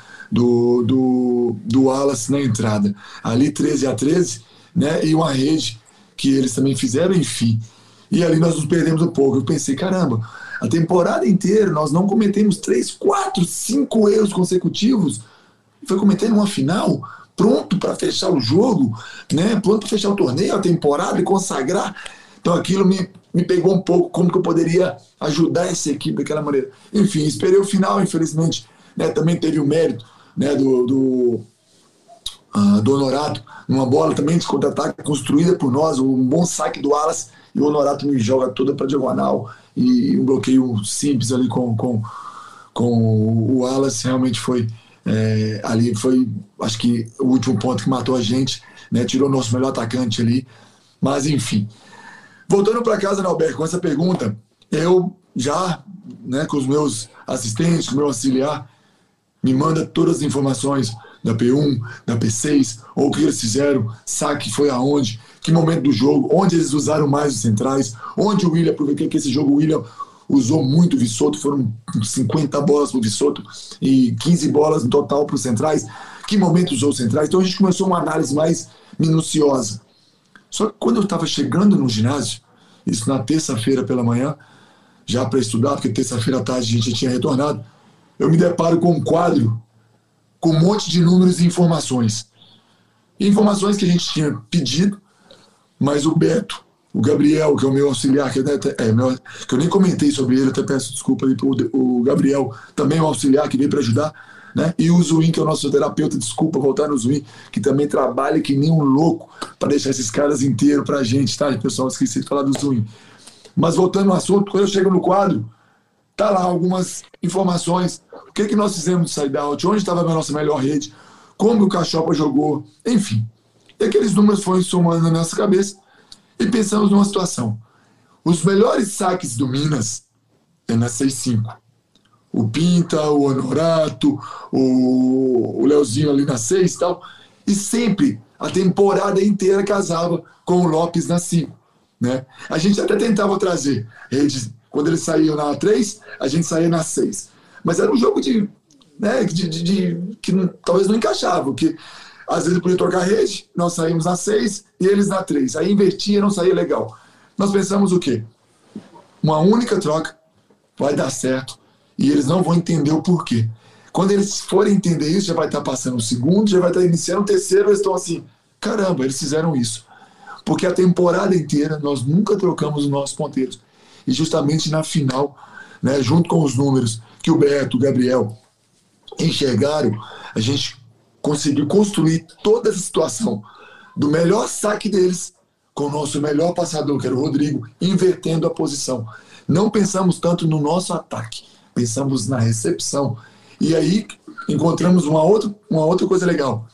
do Wallace na entrada. Ali 13-13, né? E uma rede que eles também fizeram, enfim. E ali nós nos perdemos um pouco. Eu pensei, caramba, a temporada inteira nós não cometemos 3, 4, 5 erros consecutivos. Foi cometer uma final, pronto para fechar o jogo, né? Pronto para fechar o torneio, a temporada e consagrar. Então aquilo me pegou um pouco, como que eu poderia ajudar essa equipe daquela maneira. Enfim, esperei o final, infelizmente, né? Também teve o mérito, né, do Honorato, numa bola também de contra-ataque construída por nós, um bom saque do Wallace, e o Honorato me joga toda para diagonal, e um bloqueio simples ali com o Wallace. Realmente foi ali, foi acho que o último ponto que matou a gente, né, tirou o nosso melhor atacante ali. Mas enfim, voltando para casa, Norberto, com essa pergunta, eu já, né, com os meus assistentes, com o meu auxiliar, me manda todas as informações da P1, da P6, ou o que eles fizeram, saque foi aonde, que momento do jogo, onde eles usaram mais os centrais, onde o William, aproveitei que esse jogo o William usou muito o Vissoto, foram 50 bolas para o Vissoto e 15 bolas no total para os centrais, que momento usou os centrais. Então a gente começou uma análise mais minuciosa. Só que quando eu estava chegando no ginásio, isso na terça-feira pela manhã, já para estudar, porque terça-feira à tarde a gente já tinha retornado, eu me deparo com um quadro com um monte de números e informações. Informações que a gente tinha pedido, mas o Beto, o Gabriel, que é o meu auxiliar, que eu nem comentei sobre ele, até peço desculpa aí o Gabriel, também é um auxiliar que veio para ajudar, né? E o Zuin, que é o nosso terapeuta, desculpa voltar no Zuin, que também trabalha que nem um louco para deixar esses caras inteiros para a gente, tá, pessoal? Esqueci de falar do Zuin. Mas voltando ao assunto, quando eu chego no quadro, tá lá algumas informações. O que nós fizemos de side-out, onde estava a nossa melhor rede, como o Cachopa jogou, enfim. E aqueles números foram somando na nossa cabeça e pensamos numa situação. Os melhores saques do Minas é na 6-5. O Pinta, o Honorato, o Leozinho ali na 6 e tal. E sempre, a temporada inteira casava com o Lopes na 5. Né? A gente até tentava trazer redes. Quando eles saíam na 3, a gente saía na 6. Mas era um jogo que talvez não encaixava, porque às vezes podia trocar rede, nós saímos na 6 e eles na 3. Aí invertia, não saía legal. Nós pensamos o quê? Uma única troca vai dar certo e eles não vão entender o porquê. Quando eles forem entender isso, já vai estar passando o segundo, já vai estar iniciando o terceiro, eles estão assim, caramba, eles fizeram isso. Porque a temporada inteira nós nunca trocamos os nossos ponteiros. E justamente na final, né, junto com os números que o Beto, o Gabriel, enxergaram, a gente conseguiu construir toda essa situação do melhor saque deles com o nosso melhor passador, que era o Rodrigo, invertendo a posição. Não pensamos tanto no nosso ataque, pensamos na recepção. E aí encontramos uma outra coisa legal.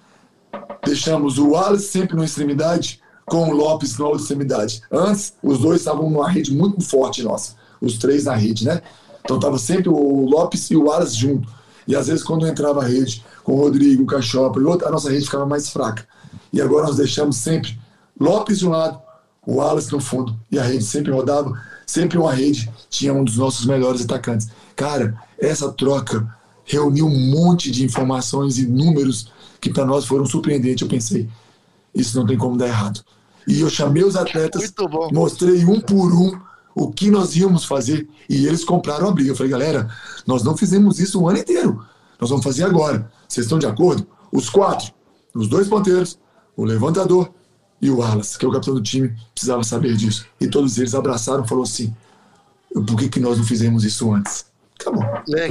Deixamos o Wallace sempre numa extremidade com o Lopes na outra extremidade. Antes, os dois estavam numa rede muito forte nossa, os três na rede, né? Então estava sempre o Lopes e o Wallace junto. E às vezes quando entrava a rede com o Rodrigo, o Cachopa e outro, a nossa rede ficava mais fraca. E agora nós deixamos sempre Lopes de um lado, o Wallace no fundo. E a rede sempre rodava, sempre uma rede tinha um dos nossos melhores atacantes. Cara, essa troca reuniu um monte de informações e números que para nós foram surpreendentes. Eu pensei, isso não tem como dar errado. E eu chamei os atletas, mostrei um por um o que nós íamos fazer e eles compraram a briga. Eu falei, galera, nós não fizemos isso o ano inteiro. Nós vamos fazer agora. Vocês estão de acordo? Os 4, os 2 ponteiros, o levantador e o Wallace, que é o capitão do time, precisava saber disso. E todos eles abraçaram e falaram assim, por que nós não fizemos isso antes? Acabou.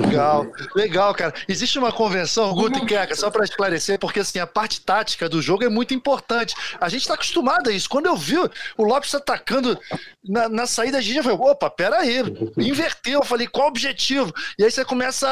Legal, cara. Existe uma convenção, Guto e Queca, só para esclarecer, porque assim, a parte tática do jogo é muito importante. A gente está acostumado a isso. Quando eu vi o Lopes atacando na saída, a gente já falou, opa, peraí, inverteu. Eu falei, qual o objetivo? E aí você começa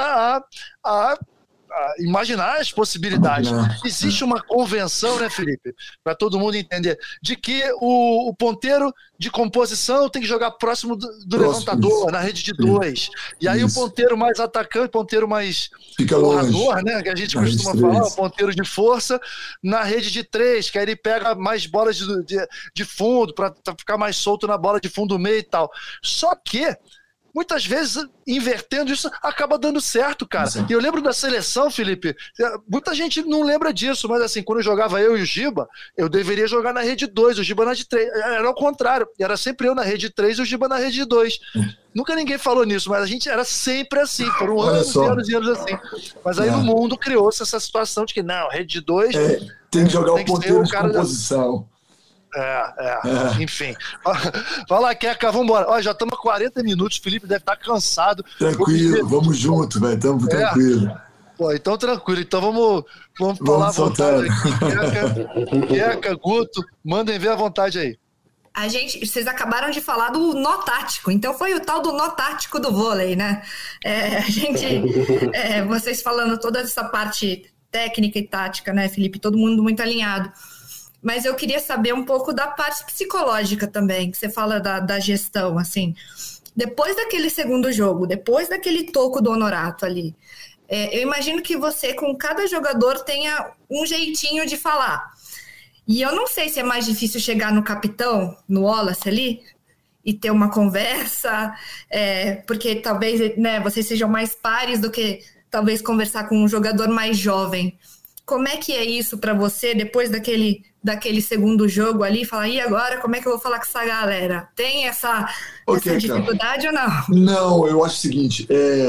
a imaginar as possibilidades. Existe uma convenção, né, Felipe, para todo mundo entender, de que o ponteiro de composição tem que jogar próximo do levantador, isso. Na rede de 2. E aí isso. O ponteiro mais atacante, ponteiro mais porrador, né, que a gente costuma falar, o ponteiro de força, na rede de 3, que aí ele pega mais bolas de fundo, para ficar mais solto na bola de fundo meio e tal. Só que muitas vezes, invertendo isso, acaba dando certo, cara. E eu lembro da seleção, Felipe, muita gente não lembra disso, mas assim, quando eu jogava eu e o Giba, eu deveria jogar na rede 2, o Giba na rede 3. Era o contrário, era sempre eu na rede 3 e o Giba na rede 2. Nunca ninguém falou nisso, mas a gente era sempre assim, foram anos e anos e anos assim. Mas aí no mundo criou-se essa situação de que, não, rede 2... tem que jogar o ponteiro de composição. Enfim. Vai lá, Queca, vambora. Ó, já estamos há 40 minutos, o Felipe deve estar cansado. Tranquilo, vamos junto, velho, estamos tranquilo. Pô, então tranquilo, então vamos falar à vontade aqui. Queca, Guto, mandem ver à vontade aí. Vocês acabaram de falar do nó tático, então foi o tal do nó tático do vôlei, né? Vocês falando toda essa parte técnica e tática, né, Felipe? Todo mundo muito alinhado. Mas eu queria saber um pouco da parte psicológica também, que você fala da gestão, assim. Depois daquele segundo jogo, depois daquele toco do Honorato ali, eu imagino que você, com cada jogador, tenha um jeitinho de falar. E eu não sei se é mais difícil chegar no capitão, no Wallace ali, e ter uma conversa, porque talvez, né, vocês sejam mais pares do que talvez conversar com um jogador mais jovem. Como é que é isso para você, depois daquele segundo jogo ali, falar, e agora, como é que eu vou falar com essa galera? Tem essa dificuldade ou não? Não, eu acho o seguinte,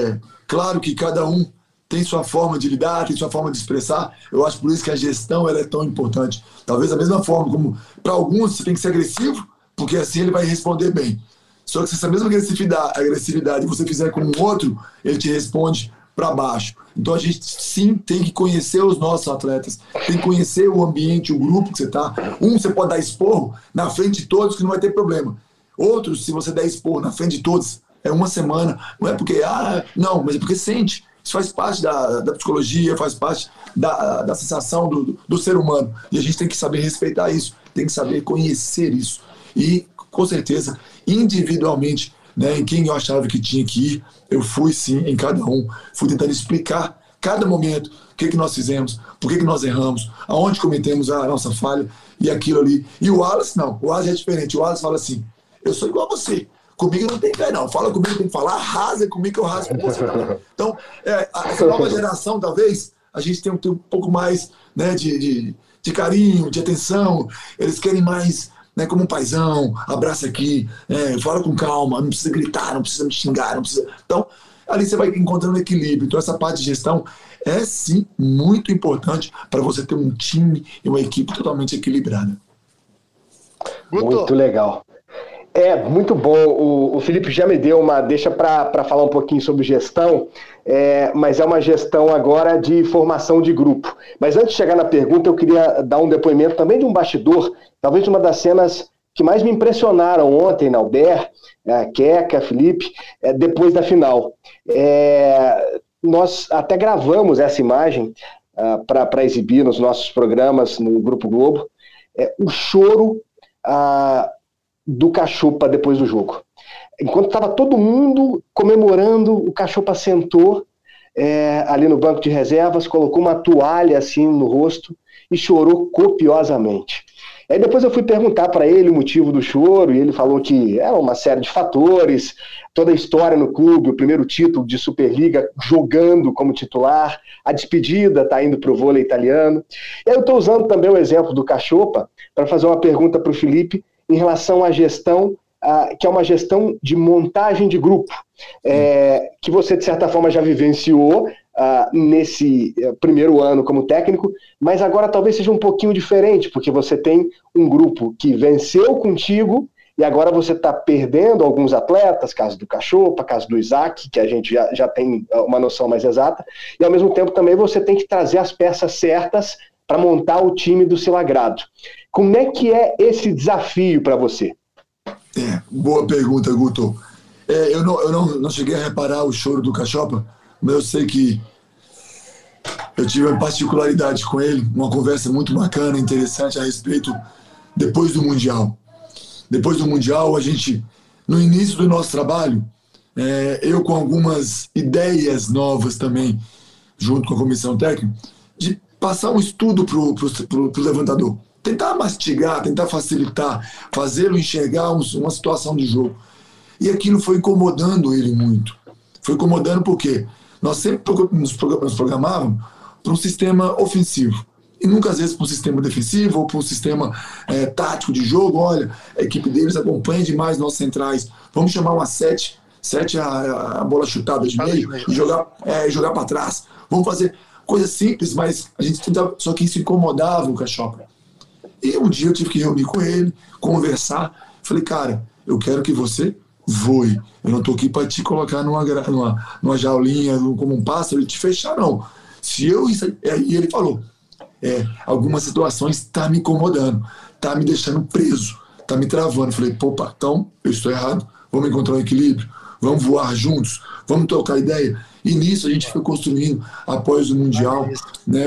claro que cada um tem sua forma de lidar, tem sua forma de expressar, eu acho por isso que a gestão ela é tão importante. Talvez da mesma forma, como para alguns você tem que ser agressivo, porque assim ele vai responder bem. Só que se essa mesma agressividade você fizer com o outro, ele te responde para baixo. Então a gente sim tem que conhecer os nossos atletas, tem que conhecer o ambiente, o grupo que você está. Você pode dar esporro na frente de todos que não vai ter problema. Outros, se você der esporro na frente de todos, é uma semana, não é porque, não, mas é porque sente. Isso faz parte da psicologia, faz parte da sensação do ser humano. E a gente tem que saber respeitar isso, tem que saber conhecer isso. E, com certeza, individualmente, né, em quem eu achava que tinha que ir, eu fui sim em cada um, fui tentando explicar cada momento o que nós fizemos, por que nós erramos, aonde cometemos a nossa falha e aquilo ali. E o Wallace não, o Wallace é diferente, o Wallace fala assim, eu sou igual a você, comigo não tem pé não, fala comigo, tem que falar, arrasa comigo que eu raso com você. Então, essa nova geração, talvez, a gente tem um pouco mais, né, de carinho, de atenção, eles querem mais... como um paizão, abraça aqui, fala com calma, não precisa gritar, não precisa me xingar, não precisa... Então, ali você vai encontrando equilíbrio. Então, essa parte de gestão é, sim, muito importante para você ter um time e uma equipe totalmente equilibrada. Muito legal. Muito bom. O Felipe já me deu uma deixa para falar um pouquinho sobre gestão, mas é uma gestão agora de formação de grupo. Mas antes de chegar na pergunta, eu queria dar um depoimento também de um bastidor, talvez uma das cenas que mais me impressionaram ontem, Nauber, Queca, Felipe, depois da final. Nós até gravamos essa imagem para exibir nos nossos programas no Grupo Globo, o choro do Cachopa depois do jogo. Enquanto estava todo mundo comemorando, o Cachopa sentou ali no banco de reservas, colocou uma toalha assim no rosto e chorou copiosamente. Aí depois eu fui perguntar para ele o motivo do choro, e ele falou que era uma série de fatores, toda a história no clube, o primeiro título de Superliga jogando como titular, a despedida está indo para o vôlei italiano. E aí eu estou usando também o exemplo do Cachopa para fazer uma pergunta para o Felipe em relação à gestão, que é uma gestão de montagem de grupo, que você de certa forma já vivenciou nesse primeiro ano como técnico, mas agora talvez seja um pouquinho diferente, porque você tem um grupo que venceu contigo e agora você está perdendo alguns atletas, caso do Cachopa, caso do Isaac, que a gente já tem uma noção mais exata, e ao mesmo tempo também você tem que trazer as peças certas para montar o time do seu agrado. Como é que é esse desafio para você? Boa pergunta, Guto. Eu não cheguei a reparar o choro do Cachopa, mas eu sei que eu tive uma particularidade com ele, uma conversa muito bacana, interessante a respeito depois do Mundial. Depois do Mundial, a gente, no início do nosso trabalho, eu com algumas ideias novas também, junto com a comissão técnica, de passar um estudo pro levantador. Tentar mastigar, tentar facilitar, fazê-lo enxergar uma situação de jogo. E aquilo foi incomodando ele muito. Foi incomodando porque nós sempre nos programávamos para um sistema ofensivo. E nunca, às vezes, para um sistema defensivo ou para um sistema tático de jogo. Olha, a equipe deles acompanha demais nossos centrais. Vamos chamar uma 7 a bola chutada de meio e jogar para trás. Vamos fazer coisas simples, mas a gente tentava, só que isso incomodava o Cachopa. E um dia eu tive que reunir com ele, conversar. Falei, cara, eu quero que você voe. Eu não estou aqui para te colocar numa jaulinha, como um pássaro, e te fechar, não. E ele falou, algumas situações estão me incomodando, está me deixando preso, está me travando. Falei, opa, então eu estou errado, vamos encontrar um equilíbrio, vamos voar juntos, vamos trocar ideia. E nisso a gente foi construindo, após o Mundial, né,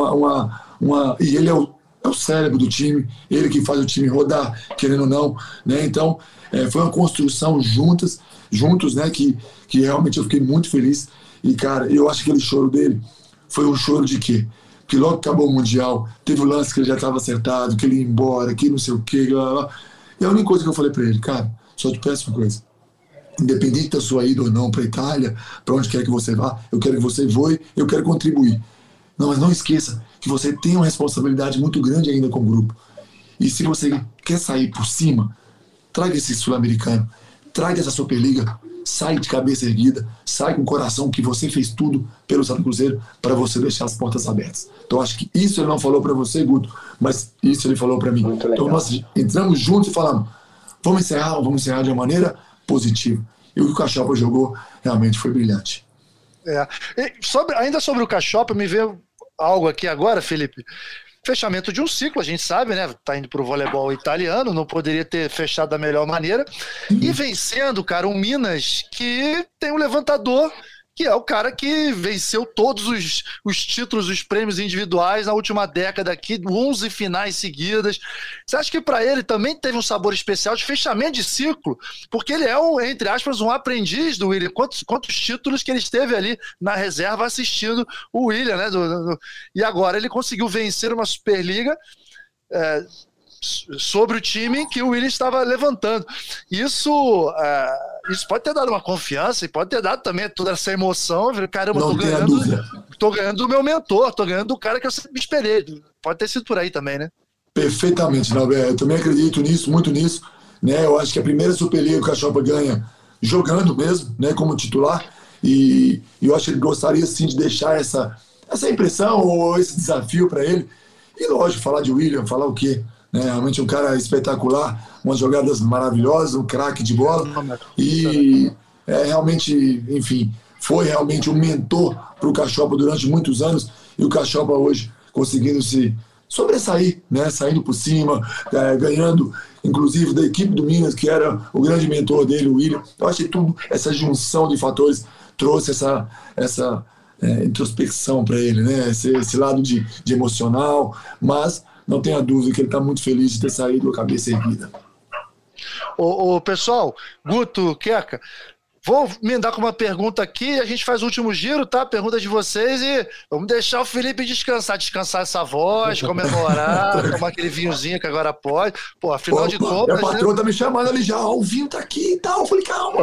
e ele é o cérebro do time, ele que faz o time rodar, querendo ou não, né? Então, foi uma construção juntos, né, que realmente eu fiquei muito feliz. E, cara, eu acho que aquele choro dele foi um choro de quê? Que logo acabou o Mundial, teve o lance que ele já estava acertado, que ele ia embora, que não sei o quê, blá, blá. E a única coisa que eu falei para ele, cara, só te peço uma coisa, independente da sua ida ou não para a Itália, para onde quer que você vá, eu quero que você voe, eu quero contribuir. Não, mas não esqueça que você tem uma responsabilidade muito grande ainda com o grupo. E se você quer sair por cima, traga esse Sul-Americano, traga essa Superliga, sai de cabeça erguida, sai com o coração que você fez tudo pelo Santa Cruzeiro para você deixar as portas abertas. Então acho que isso ele não falou para você, Guto, mas isso ele falou para mim. Então nós entramos juntos e falamos, vamos encerrar de uma maneira positiva. E o que o Cachopa jogou realmente foi brilhante. Ainda sobre o Cachopa, me veio algo aqui agora, Felipe. Fechamento de um ciclo, a gente sabe, né? Tá indo pro voleibol italiano, não poderia ter fechado da melhor maneira. E vencendo, cara, um Minas que tem um levantador, que é o cara que venceu todos os títulos, os prêmios individuais na última década aqui, 11 finais seguidas. Você acha que para ele também teve um sabor especial de fechamento de ciclo? Porque ele é, entre aspas, um aprendiz do William. Quantos títulos que ele esteve ali na reserva assistindo o William, né? E agora ele conseguiu vencer uma Superliga sobre o time que o William estava levantando. Isso pode ter dado uma confiança e pode ter dado também toda essa emoção. Caramba, tô ganhando do meu mentor, tô ganhando do cara que eu sempre me esperei. Pode ter sido por aí também, né? Perfeitamente, Nauber. Eu também acredito nisso, muito nisso. Né? Eu acho que a primeira Superliga que o Cachopa ganha jogando mesmo, né, como titular. E eu acho que ele gostaria sim de deixar essa impressão ou esse desafio para ele. E lógico, falar de William, falar o quê? né? Realmente um cara espetacular, umas jogadas maravilhosas, um craque de bola. E realmente, enfim, foi realmente um mentor para o Cachopa durante muitos anos. E o Cachopa hoje conseguindo se sobressair, né? Saindo por cima, ganhando, inclusive, da equipe do Minas, que era o grande mentor dele, o William. Eu acho que tudo, essa junção de fatores trouxe essa introspecção para ele, né? Esse lado de emocional, mas não tenha dúvida que ele está muito feliz de ter saído com a cabeça erguida. Pessoal, Guto, Queca, vou emendar com uma pergunta aqui, a gente faz o último giro, tá? Pergunta de vocês e vamos deixar o Felipe descansar essa voz, comemorar, tomar aquele vinhozinho que agora pode. Pô, afinal de contas... A patroa tá me chamando ali já, o vinho tá aqui e tal. Eu falei, calma.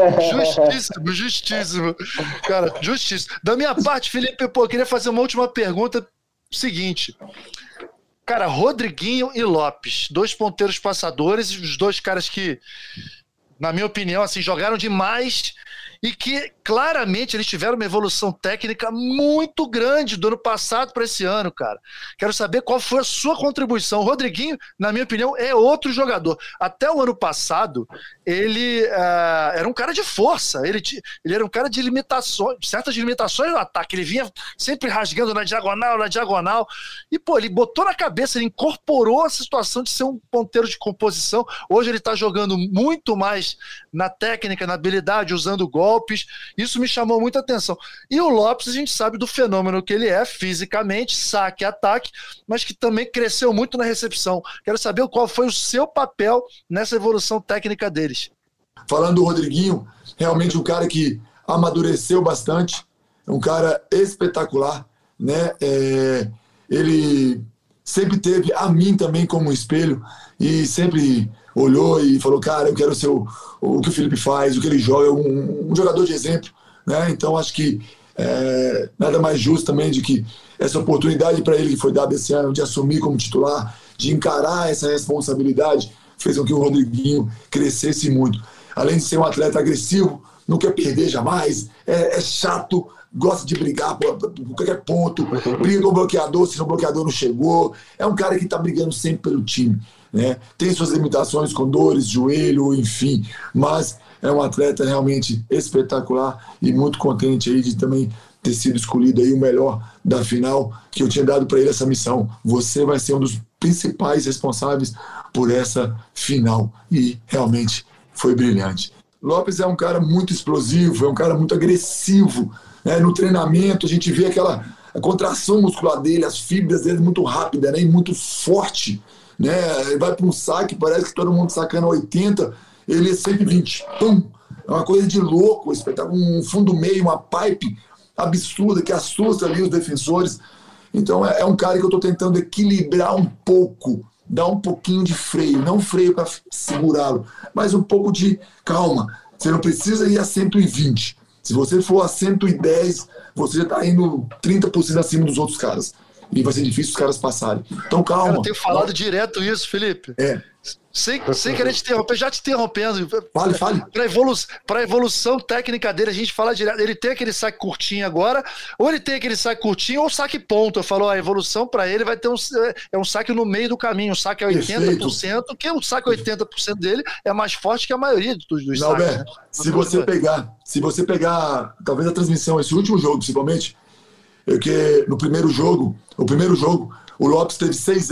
Justíssimo. Cara, justíssimo. Da minha parte, Felipe, pô, queria fazer uma última pergunta. Seguinte... Cara, Rodriguinho e Lopes, 2 ponteiros passadores, os 2 caras que, na minha opinião, assim, jogaram demais e que claramente eles tiveram uma evolução técnica muito grande do ano passado para esse ano, cara. Quero saber qual foi a sua contribuição. O Rodriguinho, na minha opinião, é outro jogador. Até o ano passado, ele era um cara de força, ele era um cara de limitações, certas limitações no ataque, ele vinha sempre rasgando na diagonal, e pô, ele botou na cabeça, ele incorporou a situação de ser um ponteiro de composição. Hoje ele tá jogando muito mais na técnica, na habilidade, usando golpes. Isso me chamou muita atenção. E o Lopes, a gente sabe do fenômeno que ele é fisicamente, saque e ataque, mas que também cresceu muito na recepção. Quero saber qual foi o seu papel nessa evolução técnica deles. Falando do Rodriguinho, realmente um cara que amadureceu bastante, um cara espetacular, né? Ele sempre teve a mim também como espelho e sempre olhou e falou, cara, eu quero ser o que o Felipe faz, o que ele joga, um jogador de exemplo, né? Então acho que nada mais justo também de que essa oportunidade para ele que foi dada esse ano de assumir como titular, de encarar essa responsabilidade, fez com que o Rodriguinho crescesse muito. Além de ser um atleta agressivo, não quer perder jamais, é chato, gosta de brigar por qualquer ponto, briga com o bloqueador se o bloqueador não chegou, é um cara que está brigando sempre pelo time, né? Tem suas limitações com dores, joelho, enfim, mas é um atleta realmente espetacular e muito contente aí de também ter sido escolhido aí o melhor da final, que eu tinha dado para ele essa missão. Você vai ser um dos principais responsáveis por essa final, e realmente foi brilhante. Lopes é um cara muito explosivo, é um cara muito agressivo, né? No treinamento a gente vê a contração muscular dele, as fibras dele muito rápida, né? E muito forte, né? Ele vai para um saque, parece que todo mundo sacando 80, ele é 120, pum! É uma coisa de louco, um fundo meio, uma pipe absurda que assusta ali os defensores. Então é um cara que eu estou tentando equilibrar um pouco, dar um pouquinho de freio, não freio para segurá-lo, mas um pouco de calma. Você não precisa ir a 120. Se você for a 110, você já está indo 30% acima dos outros caras. E vai ser difícil os caras passarem. Então calma. Cara, eu tenho falado direto isso, Felipe. Sem querer te interromper, já te interrompendo. Fale. Para a evolução técnica dele, a gente fala direto. Ele tem aquele saque curtinho agora, ou ele tem aquele saque curtinho ou saque ponto. Eu falo, a evolução para ele vai ter um saque no meio do caminho. Um saque a 80%, perfeito. Que o saque 80% dele é mais forte que a maioria dos saques. Albert, né? Se você pegar, talvez a transmissão, esse último jogo, principalmente, porque no primeiro jogo, o Lopes teve 6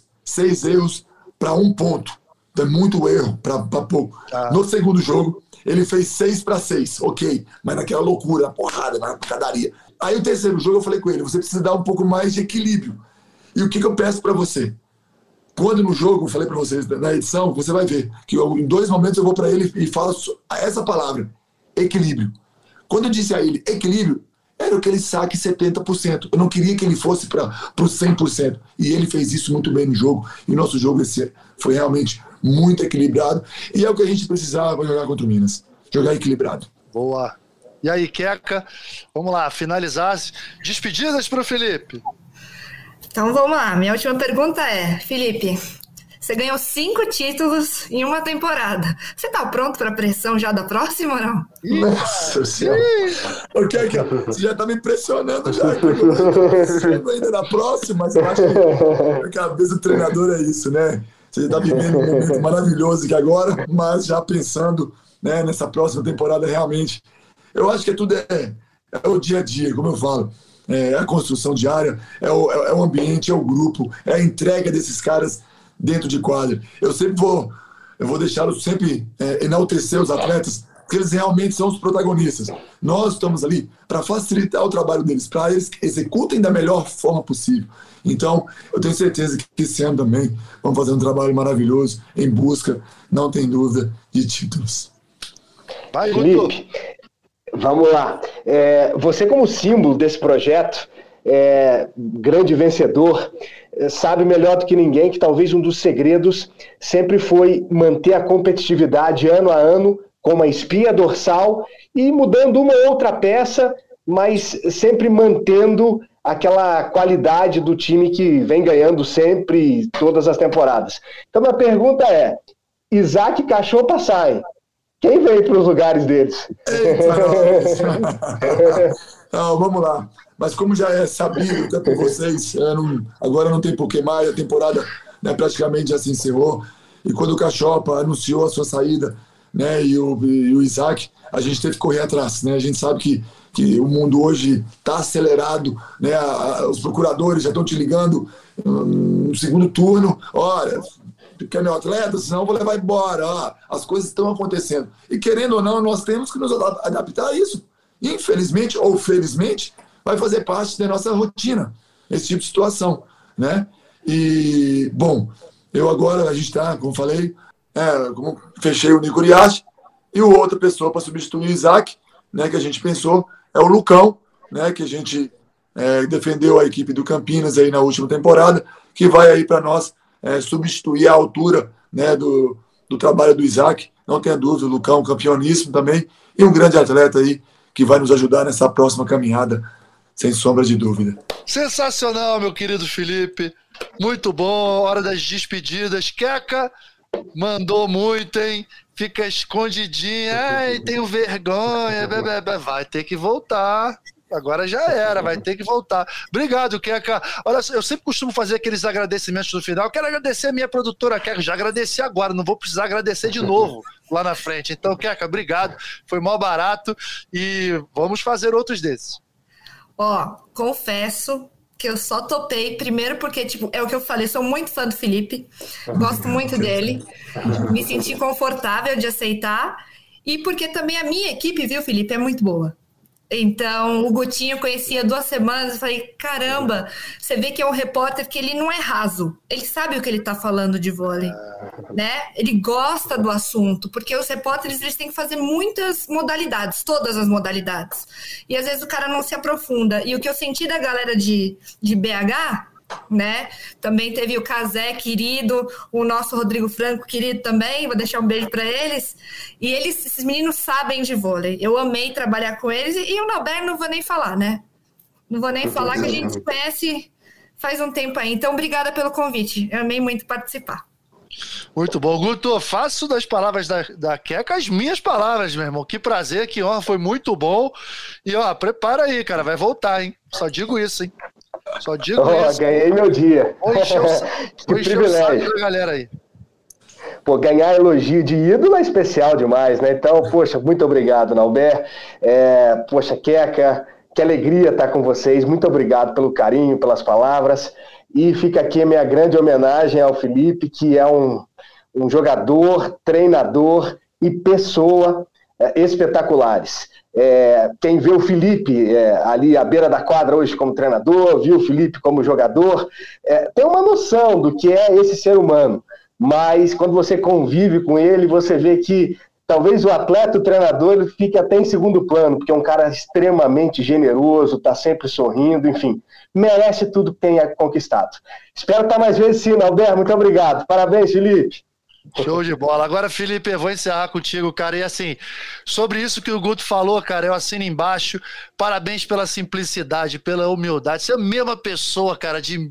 erros para 1 ponto. É muito erro para pouco. No segundo jogo, ele fez 6 para 6, ok, mas naquela loucura, na porrada, na pancadaria. Aí o terceiro jogo eu falei com ele, você precisa dar um pouco mais de equilíbrio. E o que eu peço para você? Quando no jogo, eu falei para vocês, na edição, você vai ver que em 2 momentos eu vou para ele e falo essa palavra, equilíbrio. Quando eu disse a ele equilíbrio, era aquele saque 70%. Eu não queria que ele fosse para o 100%. E ele fez isso muito bem no jogo. E o nosso jogo esse foi realmente muito equilibrado. E é o que a gente precisava para jogar contra o Minas. Jogar equilibrado. Boa. E aí, Queca, vamos lá, finalizar. Despedidas para o Felipe. Então vamos lá. Minha última pergunta é, Felipe, Você ganhou 5 títulos em uma temporada. Você tá pronto pra pressão já da próxima ou não? Nossa Senhora. Ok, você já tá me impressionando já. Ainda na próxima, mas eu acho que a cabeça do treinador é isso, né? Você já tá vivendo um momento maravilhoso aqui agora, mas já pensando, né, nessa próxima temporada realmente. Eu acho que tudo é o dia a dia, como eu falo. É a construção diária, é o ambiente, é o grupo, é a entrega desses caras dentro de quadra. Eu vou deixá-los sempre enaltecer os atletas, porque eles realmente são os protagonistas. Nós estamos ali para facilitar o trabalho deles, para eles executem da melhor forma possível. Então, eu tenho certeza que esse ano também vamos fazer um trabalho maravilhoso em busca, não tem dúvida, de títulos. Vai, Felipe, vamos lá. Você, como símbolo desse projeto, grande vencedor, sabe melhor do que ninguém que talvez um dos segredos sempre foi manter a competitividade ano a ano com uma espinha dorsal e mudando uma ou outra peça, mas sempre mantendo aquela qualidade do time que vem ganhando sempre, todas as temporadas. Então, minha pergunta é, Isaac e Cachopa saem. Quem vem para os lugares deles? Não, vamos lá. Mas como já é sabido até por vocês, agora não tem porquê mais, a temporada, né, praticamente já se encerrou. E quando o Cachopa anunciou a sua saída, né, e o Isaac, a gente teve que correr atrás. Né? A gente sabe que o mundo hoje está acelerado, né? Os procuradores já estão te ligando no segundo turno. Olha, quer meu atleta? Senão eu vou levar embora. As coisas estão acontecendo. E querendo ou não, nós temos que nos adaptar a isso. Infelizmente ou felizmente, vai fazer parte da nossa rotina, esse tipo de situação, né? E, bom, a gente está, como falei, como fechei o Nico Riachi, e outra pessoa para substituir o Isaac, né, que a gente pensou, é o Lucão, né, que a gente defendeu a equipe do Campinas aí na última temporada, que vai aí para nós substituir a altura, né, do trabalho do Isaac. Não tenha dúvida, o Lucão, campeoníssimo também, e um grande atleta aí, que vai nos ajudar nessa próxima caminhada, sem sombra de dúvida. Sensacional, meu querido Felipe. Muito bom, hora das despedidas. Queca mandou muito, hein? Fica escondidinha. Ai, tenho vergonha. Vai ter que voltar. Agora já era, vai ter que voltar. Obrigado, Queca. Olha, eu sempre costumo fazer aqueles agradecimentos no final. Eu quero agradecer a minha produtora, Queca. Já agradeci agora, não vou precisar agradecer de novo lá na frente. Então, Queca, obrigado. Foi mó barato e vamos fazer outros desses. Confesso que eu só topei, primeiro porque, é o que eu falei, sou muito fã do Felipe, gosto muito dele, me senti confortável de aceitar, e porque também a minha equipe, viu, Felipe, é muito boa. Então, o Gutinho eu conhecia 2 semanas, eu falei, caramba, você vê que é um repórter que ele não é raso, ele sabe o que ele está falando de vôlei, né? Ele gosta do assunto, porque os repórteres eles têm que fazer muitas modalidades, todas as modalidades, e às vezes o cara não se aprofunda, e o que eu senti da galera de BH, né? Também teve o Cazé querido, o nosso Rodrigo Franco querido também, vou deixar um beijo para eles. E esses meninos sabem de vôlei. Eu amei trabalhar com eles e o Nauber não vou nem falar, né? Não vou nem falar que a gente se conhece faz um tempo aí. Então, obrigada pelo convite. Eu amei muito participar. Muito bom, Guto. Faço das palavras da Queca as minhas palavras, meu irmão. Que prazer, que honra, foi muito bom. E prepara aí, cara, vai voltar, hein? Só digo isso, hein? Só digo isso. Ganhei meu dia. Vou encher o saco da galera aí. Pô, ganhar elogio de ídolo é especial demais, né? Então, poxa, muito obrigado, Nauber. Poxa, Queca, que alegria estar com vocês. Muito obrigado pelo carinho, pelas palavras. E fica aqui a minha grande homenagem ao Felipe, que é um jogador, treinador e pessoa espetaculares. Quem vê o Felipe ali à beira da quadra hoje como treinador, viu o Felipe como jogador, tem uma noção do que é esse ser humano, mas quando você convive com ele, você vê que talvez o atleta, o treinador, ele fique até em segundo plano, porque é um cara extremamente generoso, está sempre sorrindo, enfim, merece tudo que tenha conquistado. Espero estar mais vezes sim, Nauber, muito obrigado. Parabéns, Felipe. Show de bola. Agora, Felipe, eu vou encerrar contigo, cara. E assim, sobre isso que o Guto falou, cara, eu assino embaixo. Parabéns pela simplicidade, pela humildade. Você é a mesma pessoa, cara, de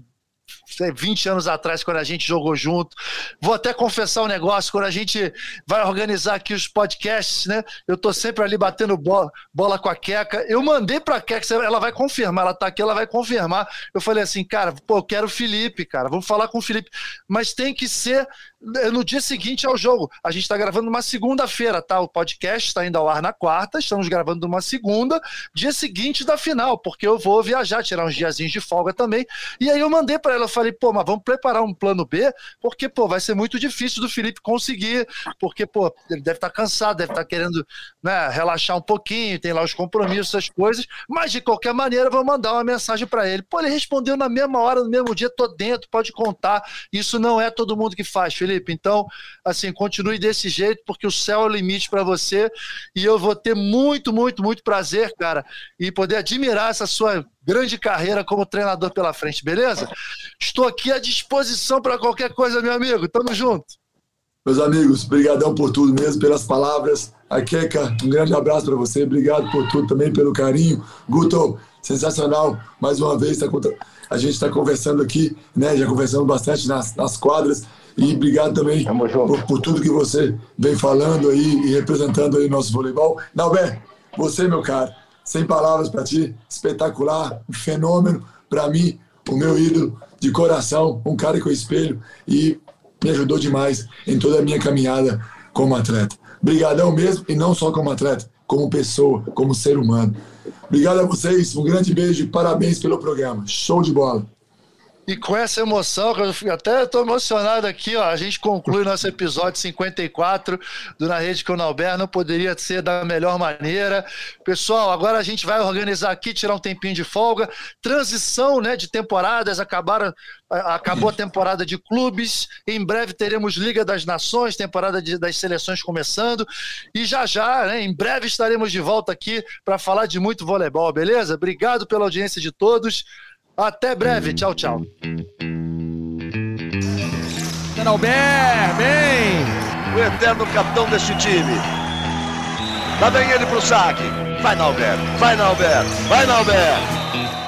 20 anos atrás, quando a gente jogou junto. Vou até confessar um negócio, quando a gente vai organizar aqui os podcasts, né? Eu tô sempre ali batendo bola com a Queca. Eu mandei pra Queca, ela vai confirmar, ela tá aqui, ela vai confirmar. Eu falei assim, cara, pô, eu quero o Felipe, cara, vamos falar com o Felipe. Mas tem que ser no dia seguinte ao jogo. A gente tá gravando numa segunda-feira, tá? O podcast está indo ao ar na quarta, estamos gravando numa segunda, dia seguinte da final, porque eu vou viajar, tirar uns diazinhos de folga também. E aí eu mandei pra ela, eu falei, pô, mas vamos preparar um plano B, porque, pô, vai ser muito difícil do Felipe conseguir, porque, pô, ele deve estar cansado, deve estar querendo, né, relaxar um pouquinho, tem lá os compromissos, essas coisas, mas de qualquer maneira vou mandar uma mensagem para ele. Pô, ele respondeu na mesma hora, no mesmo dia, tô dentro, pode contar. Isso não é todo mundo que faz, Felipe. Então, assim, continue desse jeito, porque o céu é o limite para você e eu vou ter muito, muito, muito prazer, cara, em poder admirar essa sua grande carreira como treinador pela frente, beleza? Estou aqui à disposição para qualquer coisa, meu amigo. Tamo junto. Meus amigos, brigadão por tudo mesmo, pelas palavras. A Queca, um grande abraço para você. Obrigado por tudo também, pelo carinho. Guto, sensacional. Mais uma vez, a gente está conversando aqui, né? Já conversamos bastante nas quadras. E obrigado também por tudo que você vem falando aí e representando aí nosso voleibol. Naubert, você, meu cara, sem palavras para ti, espetacular, um fenômeno para mim, o meu ídolo de coração, um cara que eu espelho e me ajudou demais em toda a minha caminhada como atleta. Obrigadão mesmo, e não só como atleta, como pessoa, como ser humano. Obrigado a vocês, um grande beijo e parabéns pelo programa. Show de bola. E com essa emoção, que eu até estou emocionado aqui, ó, a gente conclui nosso episódio 54 do Na Rede com o Naubert, não poderia ser da melhor maneira. Pessoal, agora a gente vai organizar aqui, tirar um tempinho de folga, transição, né, de temporadas, acabou a temporada de clubes, em breve teremos Liga das Nações, temporada das seleções começando, e já, né, em breve estaremos de volta aqui para falar de muito voleibol, beleza? Obrigado pela audiência de todos. Até breve, tchau, tchau. Naubert, bem! O eterno capitão deste time. Lá vem ele pro saque. Vai, Naubert, vai, Naubert, vai, Naubert.